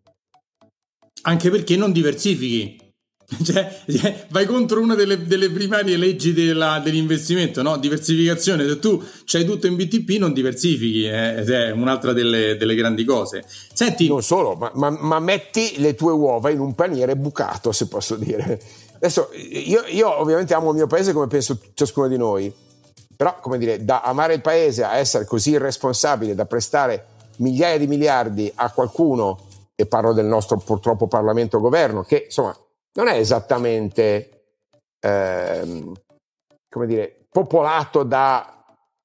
Anche perché non diversifichi. Cioè, vai contro una delle, delle primarie leggi della, dell'investimento, no? Diversificazione. Se tu c'hai tutto in B T P non diversifichi, eh? È un'altra delle, delle grandi cose. Senti, non solo, ma, ma, ma metti le tue uova in un paniere bucato, se posso dire. Adesso io, io ovviamente amo il mio paese come penso ciascuno di noi, però come dire, da amare il paese a essere così irresponsabile da prestare migliaia di miliardi a qualcuno, e parlo del nostro purtroppo Parlamento governo, che insomma non è esattamente ehm, come dire, popolato da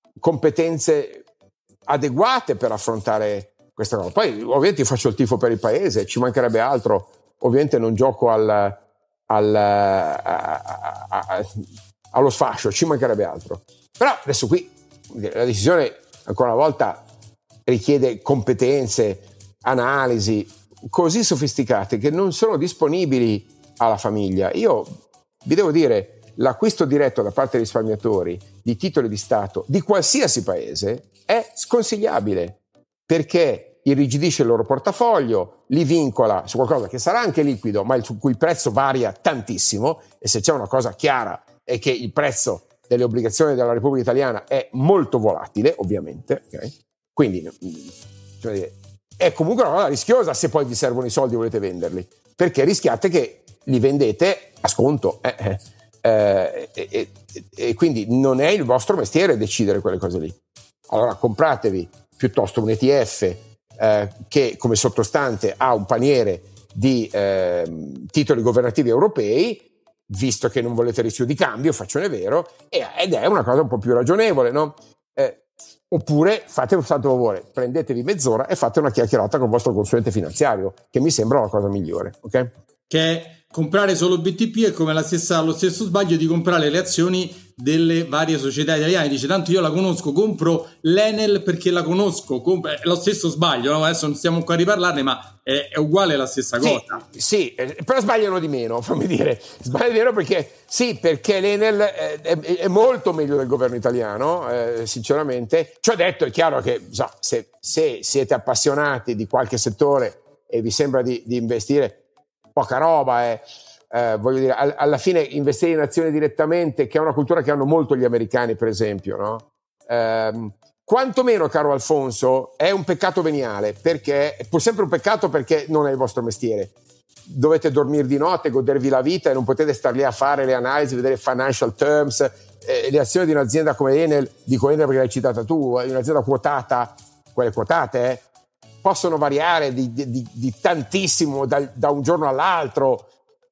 competenze adeguate per affrontare questa cosa. Poi ovviamente io faccio il tifo per il paese, ci mancherebbe altro, ovviamente non gioco al, al, a, a, a, allo sfascio, ci mancherebbe altro. Però adesso qui la decisione ancora una volta richiede competenze, analisi così sofisticate che non sono disponibili alla famiglia. Io vi devo dire, l'acquisto diretto da parte dei risparmiatori di titoli di Stato di qualsiasi paese è sconsigliabile, perché irrigidisce il loro portafoglio, li vincola su qualcosa che sarà anche liquido, ma il su cui prezzo varia tantissimo, e se c'è una cosa chiara è che il prezzo delle obbligazioni della Repubblica Italiana è molto volatile, ovviamente, okay? Quindi cioè dire, è comunque una cosa rischiosa se poi vi servono i soldi e volete venderli, perché rischiate che li vendete a sconto eh, eh, eh, e, e, e quindi non è il vostro mestiere decidere quelle cose lì. Allora compratevi piuttosto un E T F eh, che come sottostante ha un paniere di eh, titoli governativi europei, visto che non volete rischio di cambio, faccione vero, e, ed è una cosa un po' più ragionevole, no? Eh, oppure fate un santo favore, prendetevi mezz'ora e fate una chiacchierata con il vostro consulente finanziario, che mi sembra la cosa migliore, ok? Che comprare solo B T P è come la stessa, lo stesso sbaglio di comprare le azioni delle varie società italiane. Dice tanto io la conosco, compro l'Enel perché la conosco, comp- è lo stesso sbaglio, no? Adesso non stiamo qua a riparlarne, ma è, è uguale la stessa cosa. Sì, sì, però sbagliano di meno, fammi dire, sbagliano di meno perché sì, perché l'Enel è, è, è molto meglio del governo italiano, eh, sinceramente. Ciò detto, è chiaro che so, se, se siete appassionati di qualche settore e vi sembra di, di investire, poca roba, eh. Eh, voglio dire, all- alla fine investire in azioni direttamente, che è una cultura che hanno molto gli americani, per esempio, no? Eh, quantomeno, caro Alfonso, è un peccato veniale, perché è pur sempre un peccato perché non è il vostro mestiere. Dovete dormire di notte, godervi la vita e non potete star lì a fare le analisi, vedere financial terms. Eh, le azioni di un'azienda come Enel, dico Enel perché l'hai citata tu, di un'azienda quotata, quelle quotate, eh, possono variare di, di, di tantissimo da, da un giorno all'altro,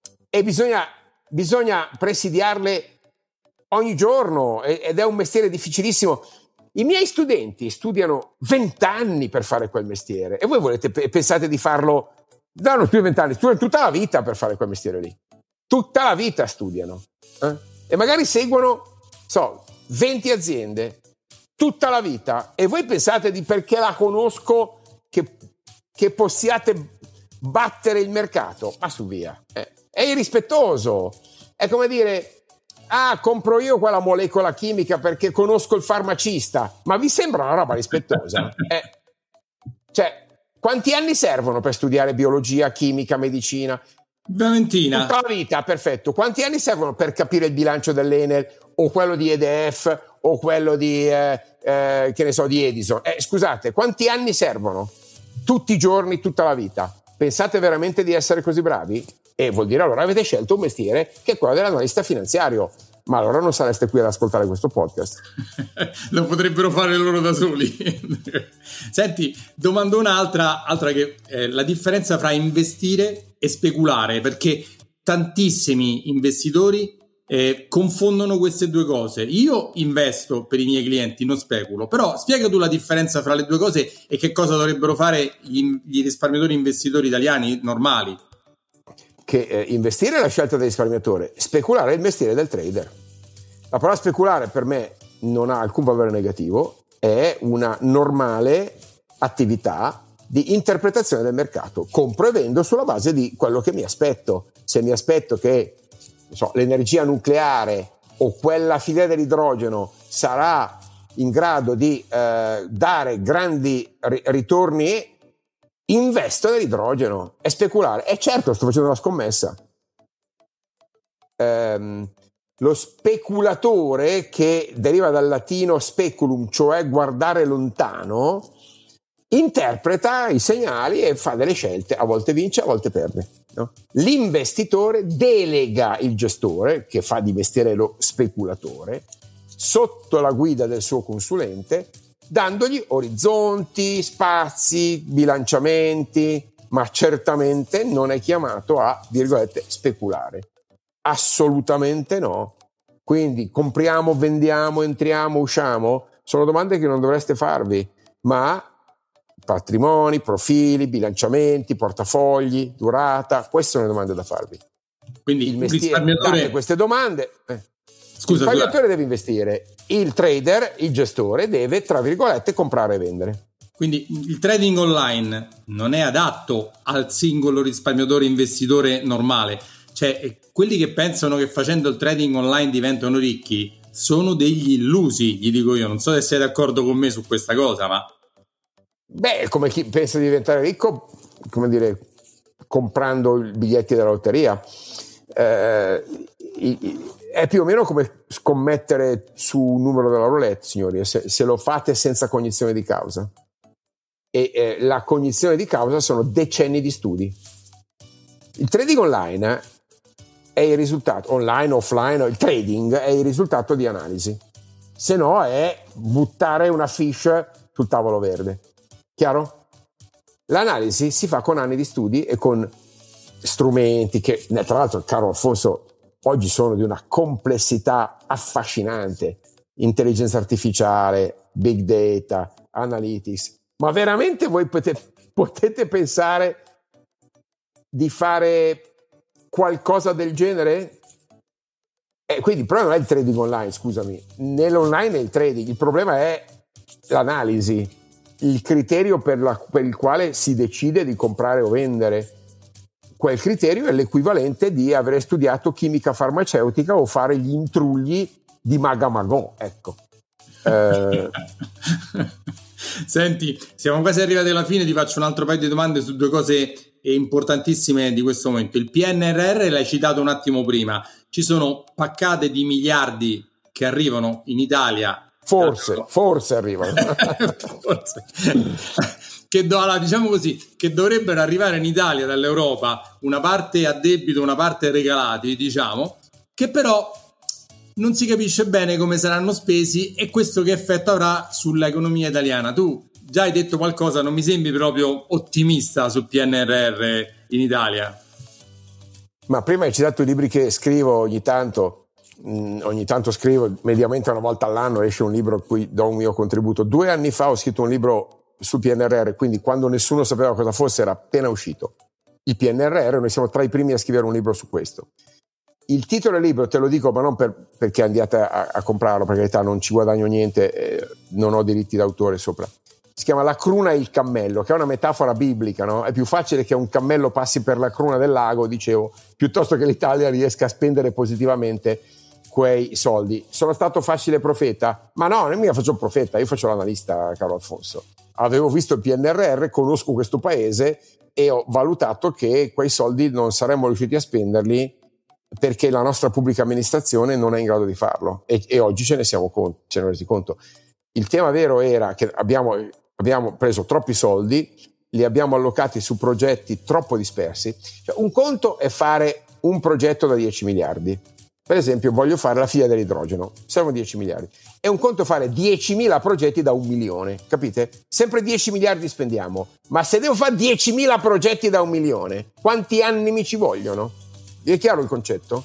e bisogna, bisogna presidiarle ogni giorno, ed è un mestiere difficilissimo. I miei studenti studiano vent'anni per fare quel mestiere, e voi volete pensate di farlo, no, non più vent'anni, studiano tutta la vita per fare quel mestiere lì, tutta la vita studiano, eh? E magari seguono, so, venti aziende tutta la vita, e voi pensate di perché la conosco che, che possiate battere il mercato? Ma su via, eh. È irrispettoso, è come dire, ah, compro io quella molecola chimica perché conosco il farmacista, ma vi sembra una roba rispettosa? Eh, cioè, quanti anni servono per studiare biologia, chimica, medicina? Una ventina. Tutta la vita, perfetto. Quanti anni servono per capire il bilancio dell'Enel, o quello di E D F, o quello di, eh, eh, che ne so, di Edison? Eh, scusate, quanti anni servono? Tutti i giorni, tutta la vita. Pensate veramente di essere così bravi? E vuol dire allora avete scelto un mestiere che è quello dell'analista finanziario. ma allora non sareste qui ad ascoltare questo podcast. Lo potrebbero fare loro da soli. Senti, domando un'altra, altra che eh, la differenza fra investire e speculare, perché tantissimi investitori eh, confondono queste due cose. Io investo per i miei clienti, non speculo, però spiega tu la differenza fra le due cose e che cosa dovrebbero fare gli, gli risparmiatori investitori italiani normali. Che eh, investire è la scelta del risparmiatore, speculare è il mestiere del trader. La parola speculare per me non ha alcun valore negativo, è una normale attività di interpretazione del mercato. Compro e vendo sulla base di quello che mi aspetto. Se mi aspetto che non so, l'energia nucleare o quella filiera dell'idrogeno sarà in grado di eh, dare grandi ri- ritorni, investo nell'idrogeno. È speculare. E certo, sto facendo una scommessa. Ehm, lo speculatore, che deriva dal latino speculum, cioè guardare lontano, interpreta i segnali e fa delle scelte, a volte vince, a volte perde, no? L'investitore delega il gestore, che fa di mestiere lo speculatore, sotto la guida del suo consulente, dandogli orizzonti, spazi, bilanciamenti, ma certamente non è chiamato a, virgolette, speculare. Assolutamente no. Quindi compriamo, vendiamo, entriamo, usciamo, sono domande che non dovreste farvi, ma patrimoni, profili, bilanciamenti, portafogli, durata, queste sono le domande da farvi. Quindi il mestiere, date queste domande, eh. Scusa, il risparmiatore deve investire, il trader, il gestore deve, tra virgolette, comprare e vendere. Quindi il trading online non è adatto al singolo risparmiatore investitore normale, cioè quelli che pensano che facendo il trading online diventano ricchi sono degli illusi, gli dico io. Non so se sei d'accordo con me su questa cosa, ma beh, come chi pensa di diventare ricco, come dire, comprando i biglietti della lotteria, eh, è più o meno come scommettere su un numero della roulette, signori, se, se lo fate senza cognizione di causa. E eh, la cognizione di causa sono decenni di studi. Il trading online è il risultato, online, offline, il trading è il risultato di analisi, se no è buttare una fish sul tavolo verde. Chiaro? L'analisi si fa con anni di studi e con strumenti che, tra l'altro, caro Alfonso, oggi sono di una complessità affascinante. Intelligenza artificiale, big data, analytics. Ma veramente voi potete, potete pensare di fare qualcosa del genere? E quindi il problema non è il trading online, scusami. Nell'online è il trading. Il problema è l'analisi, il criterio per, la, per il quale si decide di comprare o vendere. Quel criterio è l'equivalente di aver studiato chimica farmaceutica o fare gli intrugli di Maga-Magon, ecco. Eh... Senti, siamo quasi arrivati alla fine, ti faccio un altro paio di domande su due cose importantissime di questo momento. Il P N R R l'hai citato un attimo prima, ci sono paccate di miliardi che arrivano in Italia. Forse, forse arrivano. Forse. Che, do, allora, diciamo così, che dovrebbero arrivare in Italia dall'Europa, una parte a debito, una parte regalati, diciamo, che però non si capisce bene come saranno spesi e questo che effetto avrà sull'economia italiana. Tu già hai detto qualcosa, non mi sembri proprio ottimista sul P N R R in Italia. Ma prima hai citato i libri che scrivo ogni tanto. Mm, ogni tanto scrivo, mediamente una volta all'anno esce un libro a cui do un mio contributo. Due anni fa ho scritto un libro sul P N R R, quindi quando nessuno sapeva cosa fosse era appena uscito il P N R R, noi siamo tra i primi a scrivere un libro su questo. Il titolo del libro, te lo dico, ma non per, perché andiate a, a comprarlo, per carità, non ci guadagno niente, eh, non ho diritti d'autore sopra. Si chiama La cruna e il cammello, che è una metafora biblica, no? È più facile che un cammello passi per la cruna del lago, dicevo, piuttosto che l'Italia riesca a spendere positivamente quei soldi. Sono stato facile profeta? Ma no, non mica faccio il profeta, io faccio l'analista, caro Alfonso. Avevo visto il P N R R, conosco questo paese e ho valutato che quei soldi non saremmo riusciti a spenderli perché la nostra pubblica amministrazione non è in grado di farlo e, e oggi ce ne siamo conto, ce ne resi conto. Il tema vero era che abbiamo, abbiamo preso troppi soldi, li abbiamo allocati su progetti troppo dispersi. Cioè, un conto è fare un progetto da dieci miliardi, Per esempio, voglio fare la filiera dell'idrogeno, servono dieci miliardi. È un conto fare diecimila progetti da un milione, capite? Sempre dieci miliardi spendiamo, ma se devo fare diecimila progetti da un milione, quanti anni mi ci vogliono? Vi è chiaro il concetto?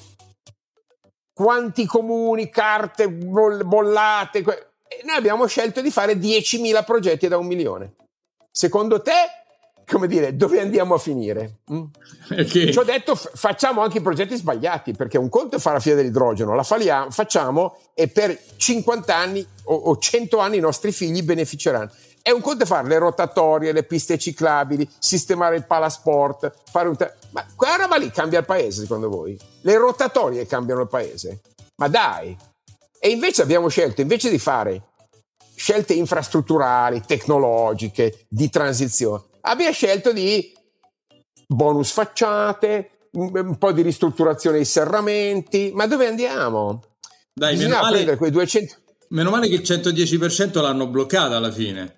Quanti comuni, carte, bollate... Noi abbiamo scelto di fare diecimila progetti da un milione. Secondo te, come dire, dove andiamo a finire? Mm? Okay. Ci ho detto, f- facciamo anche i progetti sbagliati, perché un conto è fare la filiera dell'idrogeno, la falliamo, facciamo e per cinquanta anni o, o cento anni i nostri figli beneficeranno. È un conto è fare le rotatorie, le piste ciclabili, sistemare il palasport, fare un... Te- ma quella roba lì cambia il paese, secondo voi? Le rotatorie cambiano il paese? Ma dai! E invece abbiamo scelto, invece di fare scelte infrastrutturali, tecnologiche, di transizione, abbiamo scelto di bonus facciate, un po' di ristrutturazione dei serramenti. Ma dove andiamo? Dai, meno male, prendere quei duecento... meno male che il centodieci per cento l'hanno bloccata alla fine.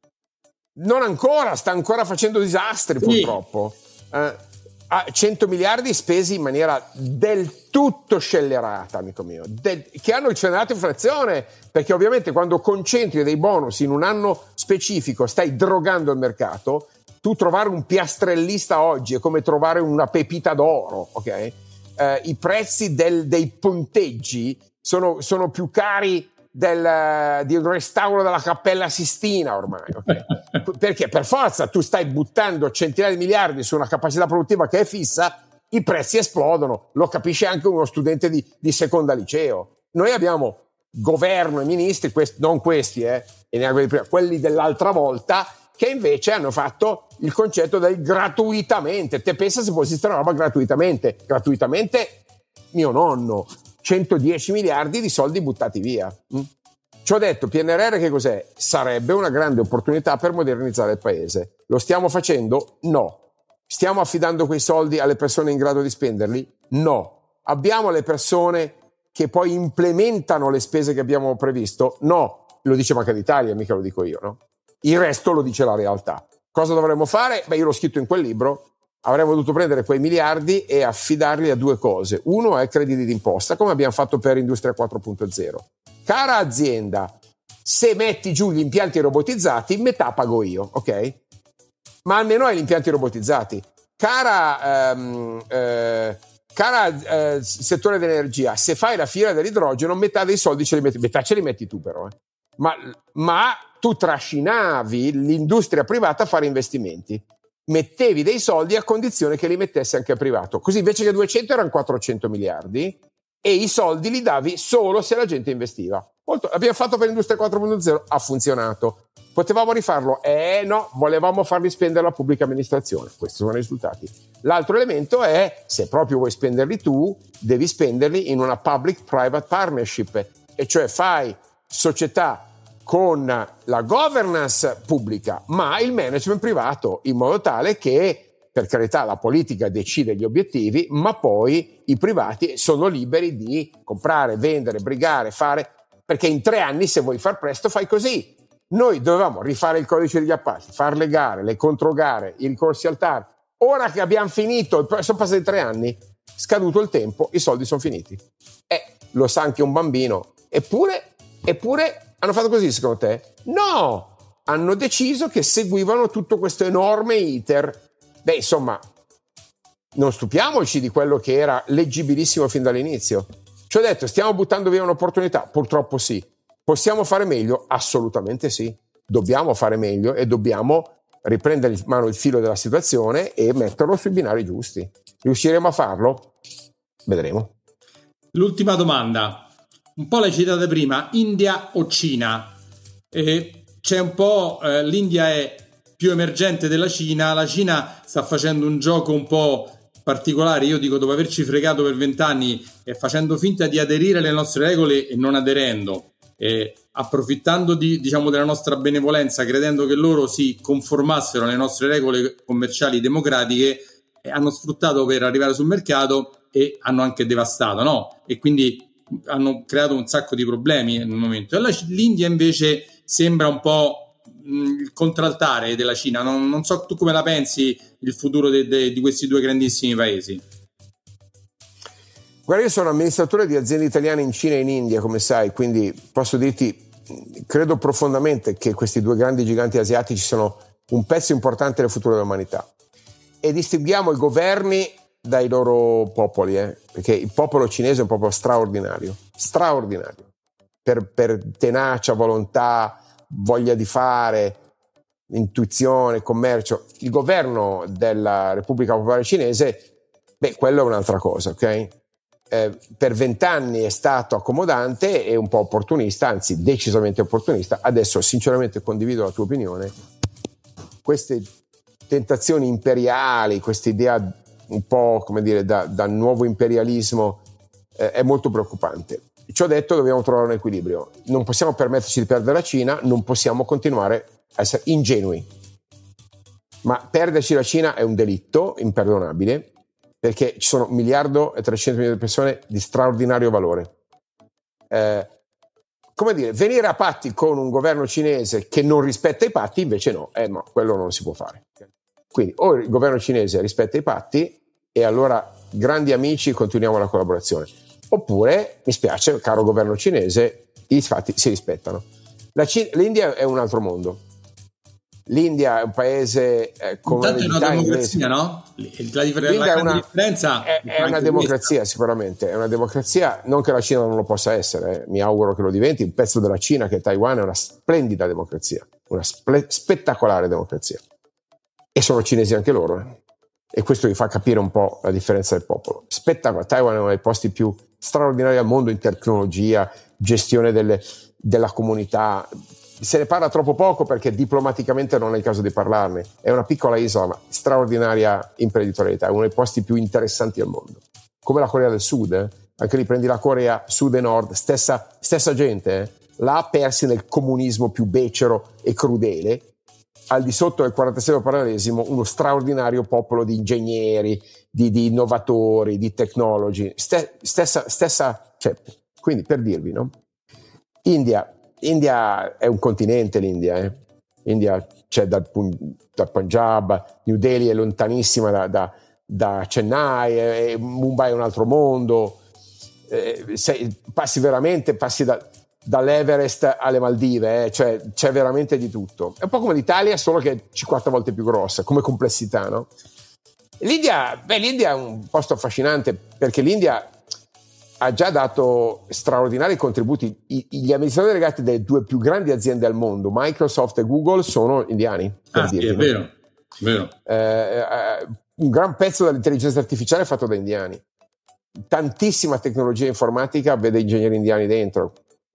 Non ancora, sta ancora facendo disastri, sì. Purtroppo. Eh, cento miliardi spesi in maniera del tutto scellerata, amico mio, del, che hanno generato inflazione, perché ovviamente quando concentri dei bonus in un anno specifico stai drogando il mercato. Tu trovare un piastrellista oggi è come trovare una pepita d'oro, ok? Eh, i prezzi del, dei punteggi sono, sono più cari del, di un restauro della Cappella Sistina ormai, okay? Perché per forza tu stai buttando centinaia di miliardi su una capacità produttiva che è fissa, i prezzi esplodono, lo capisce anche uno studente di, di seconda liceo. Noi abbiamo governo e ministri, questi, non questi, eh, e neanche quelli prima, quelli dell'altra volta, che invece hanno fatto il concetto del gratuitamente. Te pensa se può esistere una roba gratuitamente? Gratuitamente mio nonno, centodieci miliardi di soldi buttati via. Mm? Ci ho detto, P N R R che cos'è? Sarebbe una grande opportunità per modernizzare il paese. Lo stiamo facendo? No. Stiamo affidando quei soldi alle persone in grado di spenderli? No. Abbiamo le persone che poi implementano le spese che abbiamo previsto? No. Lo dice Banca d'Italia, mica lo dico io, no? Il resto lo dice la realtà. Cosa dovremmo fare? Beh, io l'ho scritto in quel libro. Avremmo dovuto prendere quei miliardi e affidarli a due cose. Uno è crediti d'imposta, come abbiamo fatto per Industria quattro punto zero. Cara azienda, se metti giù gli impianti robotizzati, metà pago io, ok? Ma almeno hai gli impianti robotizzati. Cara, ehm, eh, cara eh, settore dell'energia, se fai la filiera dell'idrogeno, metà dei soldi ce li metti, metà ce li metti tu però, eh. Ma, ma tu trascinavi l'industria privata a fare investimenti. Mettevi dei soldi a condizione che li mettesse anche a privato. Così invece che duecento erano quattrocento miliardi e i soldi li davi solo se la gente investiva. Molto, abbiamo fatto per Industria quattro punto zero, ha funzionato. Potevamo rifarlo? Eh no, volevamo farli spendere la pubblica amministrazione. Questi sono i risultati. L'altro elemento è, se proprio vuoi spenderli tu, devi spenderli in una public-private partnership, e cioè fai società con la governance pubblica ma il management privato, in modo tale che, per carità, la politica decide gli obiettivi, ma poi i privati sono liberi di comprare, vendere, brigare, fare, perché in tre anni, se vuoi far presto, fai così. Noi dovevamo rifare il codice degli appalti, fare le gare, le controgare, i ricorsi al T A R. Ora che abbiamo finito, sono passati tre anni, scaduto il tempo, i soldi sono finiti. Eh, lo sa anche un bambino. Eppure, eppure hanno fatto così, secondo te? No! Hanno deciso che seguivano tutto questo enorme iter. Beh, insomma, non stupiamoci di quello che era leggibilissimo fin dall'inizio. Ci ho detto, stiamo buttando via un'opportunità? Purtroppo sì. Possiamo fare meglio? Assolutamente sì. Dobbiamo fare meglio e dobbiamo riprendere in mano il filo della situazione e metterlo sui binari giusti. Riusciremo a farlo? Vedremo. L'ultima domanda. Un po' l'hai citata prima, India o Cina? E c'è un po', eh, l'India è più emergente della Cina, la Cina sta facendo un gioco un po' particolare, io dico dopo averci fregato per vent'anni e facendo finta di aderire alle nostre regole e non aderendo, e approfittando di, diciamo, della nostra benevolenza, credendo che loro si conformassero alle nostre regole commerciali democratiche, e hanno sfruttato per arrivare sul mercato e hanno anche devastato, no? E quindi hanno creato un sacco di problemi nel momento. L'India invece sembra un po' il contraltare della Cina. Non, non so tu come la pensi, il futuro de, de, di questi due grandissimi paesi. Guarda, io sono amministratore di aziende italiane in Cina e in India, come sai, quindi posso dirti, credo profondamente che questi due grandi giganti asiatici sono un pezzo importante del futuro dell'umanità, e distinguiamo i governi dai loro popoli, eh? Perché il popolo cinese è un popolo straordinario, straordinario, per, per tenacia, volontà, voglia di fare, intuizione, commercio. Il governo della Repubblica Popolare Cinese, beh, quello è un'altra cosa, ok? Eh, per vent'anni è stato accomodante e un po' opportunista, anzi decisamente opportunista. Adesso sinceramente condivido la tua opinione. Queste tentazioni imperiali, questa idea un po', come dire, da, da nuovo imperialismo eh, è molto preoccupante. Ciò detto, dobbiamo trovare un equilibrio. Non possiamo permetterci di perdere la Cina, non possiamo continuare a essere ingenui. Ma perderci la Cina è un delitto imperdonabile, perché ci sono un miliardo e trecento milioni di persone di straordinario valore. Eh, come dire, venire a patti con un governo cinese che non rispetta i patti, invece no, eh, no, quello non si può fare. Quindi o il governo cinese rispetta i patti e allora grandi amici, continuiamo la collaborazione, oppure, mi spiace, caro governo cinese, i fatti si rispettano. La Cina, L'India è un altro mondo. L'India è un paese eh, con intanto una è una inglese. democrazia, no? La, differ- la è una, differenza è, è una democrazia questa. Sicuramente è una democrazia, non che la Cina non lo possa essere, eh. Mi auguro che lo diventi. Un pezzo della Cina, che è Taiwan, è una splendida democrazia, una sple- spettacolare democrazia, e sono cinesi anche loro, eh. E questo vi fa capire un po' la differenza del popolo. Spettacolare. Taiwan è uno dei posti più straordinari al mondo in tecnologia, gestione delle, della comunità. Se ne parla troppo poco perché diplomaticamente non è il caso di parlarne. È una piccola isola, ma straordinaria imprenditorialità, è uno dei posti più interessanti al mondo. Come la Corea del Sud, eh? Anche lì prendi la Corea Sud e Nord, stessa, stessa gente, eh? Là persi nel comunismo più becero e crudele, al di sotto del quarantasei parallesimo, uno straordinario popolo di ingegneri, di, di innovatori, di technology, Ste, stessa, stessa, cioè, quindi per dirvi, no? India. India è un continente, l'India, eh? India c'è dal, dal Punjab, New Delhi è lontanissima da, da, da Chennai, eh, Mumbai è un altro mondo, eh, sei, passi veramente, passi da, dall'Everest alle Maldive, eh? Cioè c'è veramente di tutto. È un po' come l'Italia, solo che è cinquanta volte più grossa, come complessità, no? L'India, beh, l'India è un posto affascinante, perché l'India ha già dato straordinari contributi. I, gli amministratori delegati delle due più grandi aziende al mondo, Microsoft e Google, sono indiani. Per ah, dirvi, sì, è no? vero, vero. Eh, eh, un gran pezzo dell'intelligenza artificiale è fatto da indiani. Tantissima tecnologia informatica vede ingegneri indiani dentro.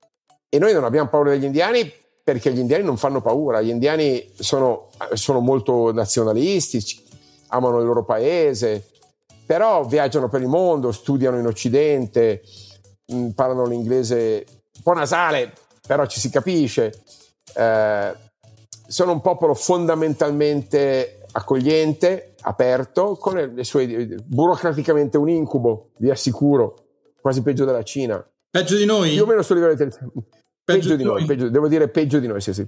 E noi non abbiamo paura degli indiani, perché gli indiani non fanno paura. Gli indiani sono, sono molto nazionalisti, amano il loro paese, però viaggiano per il mondo, studiano in Occidente, mh, parlano l'inglese un po' nasale, però ci si capisce. Eh, sono un popolo fondamentalmente accogliente, aperto, con le, le sue, burocraticamente un incubo, vi assicuro, quasi peggio della Cina. Peggio di noi? Più o meno sul livello del peggio, peggio di noi, noi. Peggio, devo dire peggio di noi, sì sì.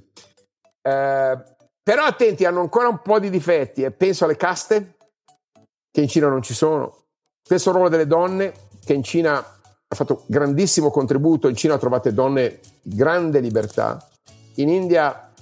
Eh, però attenti, hanno ancora un po' di difetti, eh. Penso alle caste, che in Cina non ci sono. Penso al ruolo delle donne, che in Cina ha fatto grandissimo contributo. In Cina trovate donne di grande libertà. In India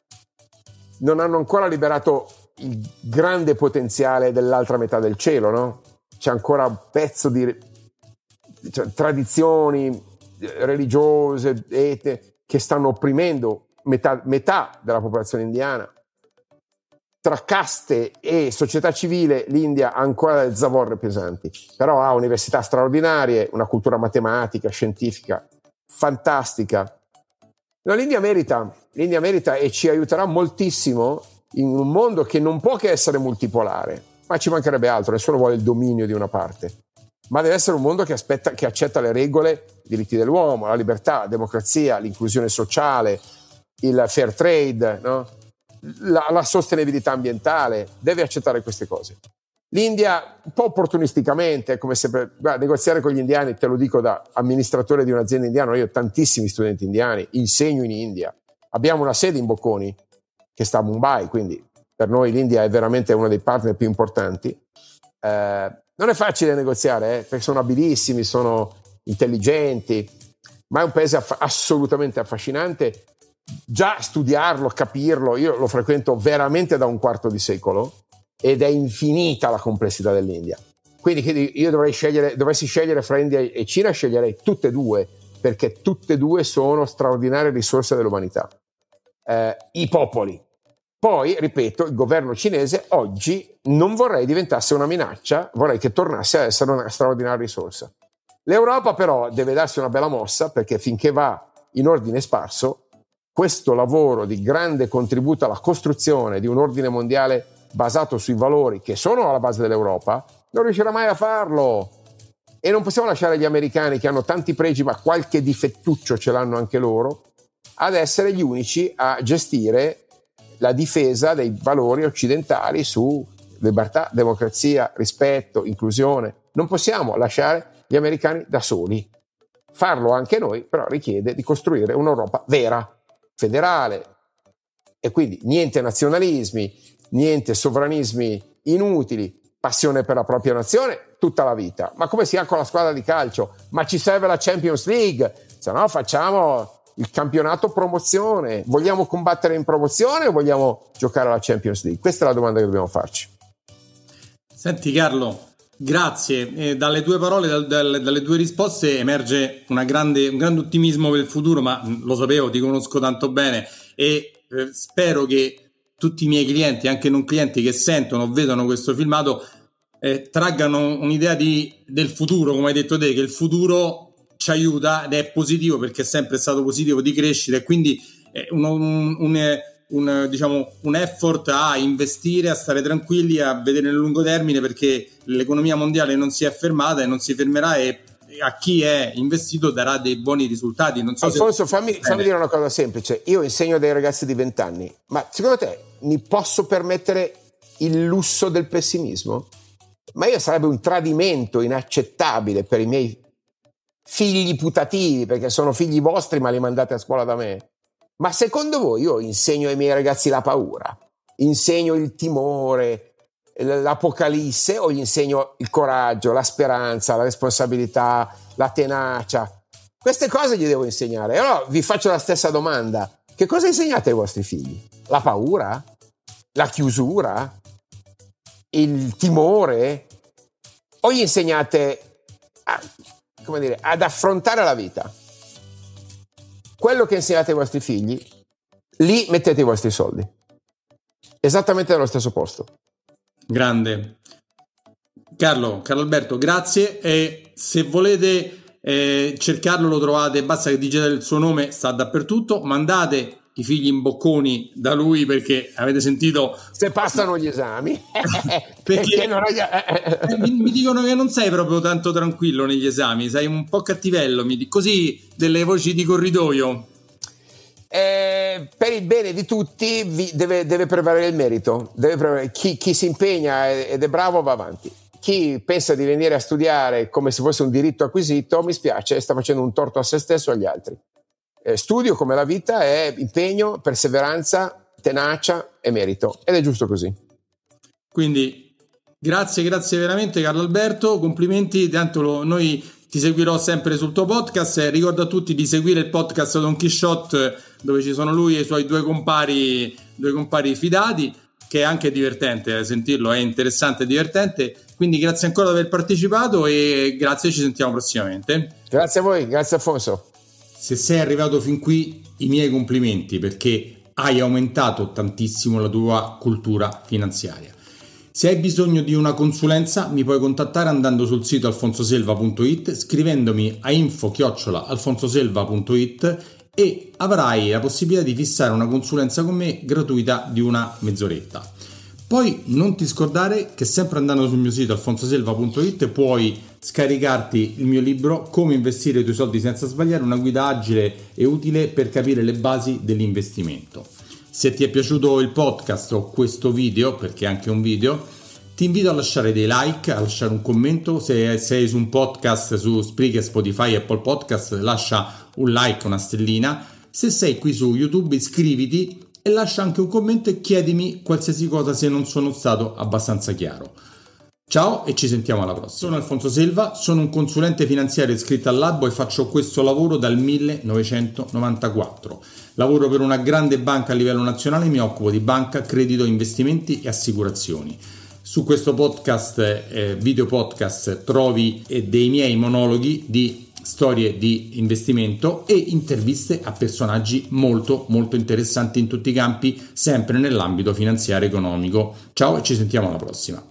non hanno ancora liberato il grande potenziale dell'altra metà del cielo, no? C'è ancora un pezzo di, cioè, tradizioni religiose, etnie, che stanno opprimendo metà, metà della popolazione indiana. Tra caste e società civile l'India ha ancora delle zavorre pesanti, però ha università straordinarie, una cultura matematica, scientifica fantastica. No, l'India merita, l'India merita e ci aiuterà moltissimo in un mondo che non può che essere multipolare, ma ci mancherebbe altro, nessuno vuole il dominio di una parte, ma deve essere un mondo che, aspetta, che accetta le regole, i diritti dell'uomo, la libertà, la democrazia, l'inclusione sociale, il fair trade, no? La, la sostenibilità ambientale, deve accettare queste cose. L'India, un po' opportunisticamente, come sempre, guarda, negoziare con gli indiani, te lo dico da amministratore di un'azienda indiana, io ho tantissimi studenti indiani, insegno in India, abbiamo una sede in Bocconi che sta a Mumbai, quindi per noi l'India è veramente uno dei partner più importanti. Eh, Non è facile negoziare, eh, perché sono abilissimi, sono intelligenti, ma è un paese aff- assolutamente affascinante. Già studiarlo, capirlo, io lo frequento veramente da un quarto di secolo ed è infinita la complessità dell'India. Quindi io dovrei scegliere, dovessi scegliere fra India e Cina, sceglierei tutte e due, perché tutte e due sono straordinarie risorse dell'umanità. Eh, I popoli. Poi, ripeto, il governo cinese oggi non vorrei diventasse una minaccia, vorrei che tornasse a essere una straordinaria risorsa. L'Europa però deve darsi una bella mossa, perché finché va in ordine sparso, questo lavoro di grande contributo alla costruzione di un ordine mondiale basato sui valori che sono alla base dell'Europa non riuscirà mai a farlo. E non possiamo lasciare gli americani, che hanno tanti pregi ma qualche difettuccio ce l'hanno anche loro, ad essere gli unici a gestire la difesa dei valori occidentali su libertà, democrazia, rispetto, inclusione. Non possiamo lasciare gli americani da soli. Farlo anche noi però richiede di costruire un'Europa vera, federale, e quindi niente nazionalismi, niente sovranismi inutili, passione per la propria nazione tutta la vita, ma come sia con la squadra di calcio, ma ci serve la Champions League, se no facciamo il campionato promozione, vogliamo combattere in promozione o vogliamo giocare alla Champions League? Questa è la domanda che dobbiamo farci. Senti Carlo, grazie, eh, dalle tue parole, dal, dal, dalle tue risposte emerge una grande, un grande ottimismo per il futuro, ma lo sapevo, ti conosco tanto bene e eh, spero che tutti i miei clienti, anche non clienti, che sentono o vedono questo filmato eh, traggano un'idea di, del futuro, come hai detto te, che il futuro ci aiuta ed è positivo, perché è sempre stato positivo, di crescita, e quindi è un, un, un, un, diciamo, un effort a investire, a stare tranquilli, a vedere nel lungo termine, perché l'economia mondiale non si è fermata e non si fermerà, e a chi è investito darà dei buoni risultati. Non so Alfonso, se... fammi, fammi dire una cosa semplice. Io insegno a dei ragazzi di venti anni, ma secondo te mi posso permettere il lusso del pessimismo? Ma io sarebbe un tradimento inaccettabile per i miei figli putativi, perché sono figli vostri ma li mandate a scuola da me. Ma secondo voi io insegno ai miei ragazzi la paura, insegno il timore, l'apocalisse, o gli insegno il coraggio, la speranza, la responsabilità, la tenacia? Queste cose gli devo insegnare. E allora vi faccio la stessa domanda: che cosa insegnate ai vostri figli? La paura? La chiusura? Il timore? O gli insegnate a, come dire, ad affrontare la vita? Quello che insegnate ai vostri figli, lì mettete i vostri soldi, esattamente nello stesso posto. Grande Carlo, Carlo Alberto, grazie. E se volete eh, cercarlo lo trovate, basta che digite il suo nome, sta dappertutto. Mandate i figli in bocconi da lui, perché avete sentito, se passano gli esami perché, perché non è... eh, mi, mi dicono che non sei proprio tanto tranquillo negli esami, sei un po' cattivello, mi di- così delle voci di corridoio. Eh, per il bene di tutti vi, deve, deve prevalere il merito, deve prevalere. Chi, chi si impegna ed è bravo va avanti. Chi pensa di venire a studiare come se fosse un diritto acquisito, mi spiace, sta facendo un torto a se stesso e agli altri. Eh, studio, come la vita, è impegno, perseveranza, tenacia e merito, ed è giusto così. Quindi grazie, grazie veramente Carlo Alberto, complimenti, tanto lo, noi ti seguirò sempre sul tuo podcast. Eh, ricordo a tutti di seguire il podcast Don Quixote, dove ci sono lui e i suoi due compari, due compari fidati, che è anche divertente, eh, sentirlo è interessante e divertente. Quindi grazie ancora di aver partecipato e grazie, ci sentiamo prossimamente. Grazie a voi, grazie Alfonso. Se sei arrivato fin qui, i miei complimenti, perché hai aumentato tantissimo la tua cultura finanziaria. Se hai bisogno di una consulenza mi puoi contattare andando sul sito alfonsoselva punto it, scrivendomi a info chiocciola alfonsoselva punto it, e avrai la possibilità di fissare una consulenza con me gratuita di una mezz'oretta. Poi non ti scordare che sempre andando sul mio sito alfonsoselva punto it puoi scaricarti il mio libro Come investire i tuoi soldi senza sbagliare, una guida agile e utile per capire le basi dell'investimento. Se ti è piaciuto il podcast o questo video, perché è anche un video, ti invito a lasciare dei like, a lasciare un commento. Se sei su un podcast su Spreaker, Spotify, Apple Podcast, lascia un like, una stellina. Se sei qui su YouTube, iscriviti e lascia anche un commento e chiedimi qualsiasi cosa se non sono stato abbastanza chiaro. Ciao e ci sentiamo alla prossima. Sono Alfonso Selva, sono un consulente finanziario iscritto all'albo e faccio questo lavoro dal millenovecentonovantaquattro. Lavoro per una grande banca a livello nazionale e mi occupo di banca, credito, investimenti e assicurazioni. Su questo podcast, eh, video podcast, trovi eh, dei miei monologhi di storie di investimento e interviste a personaggi molto molto interessanti in tutti i campi, sempre nell'ambito finanziario economico. Ciao e ci sentiamo alla prossima.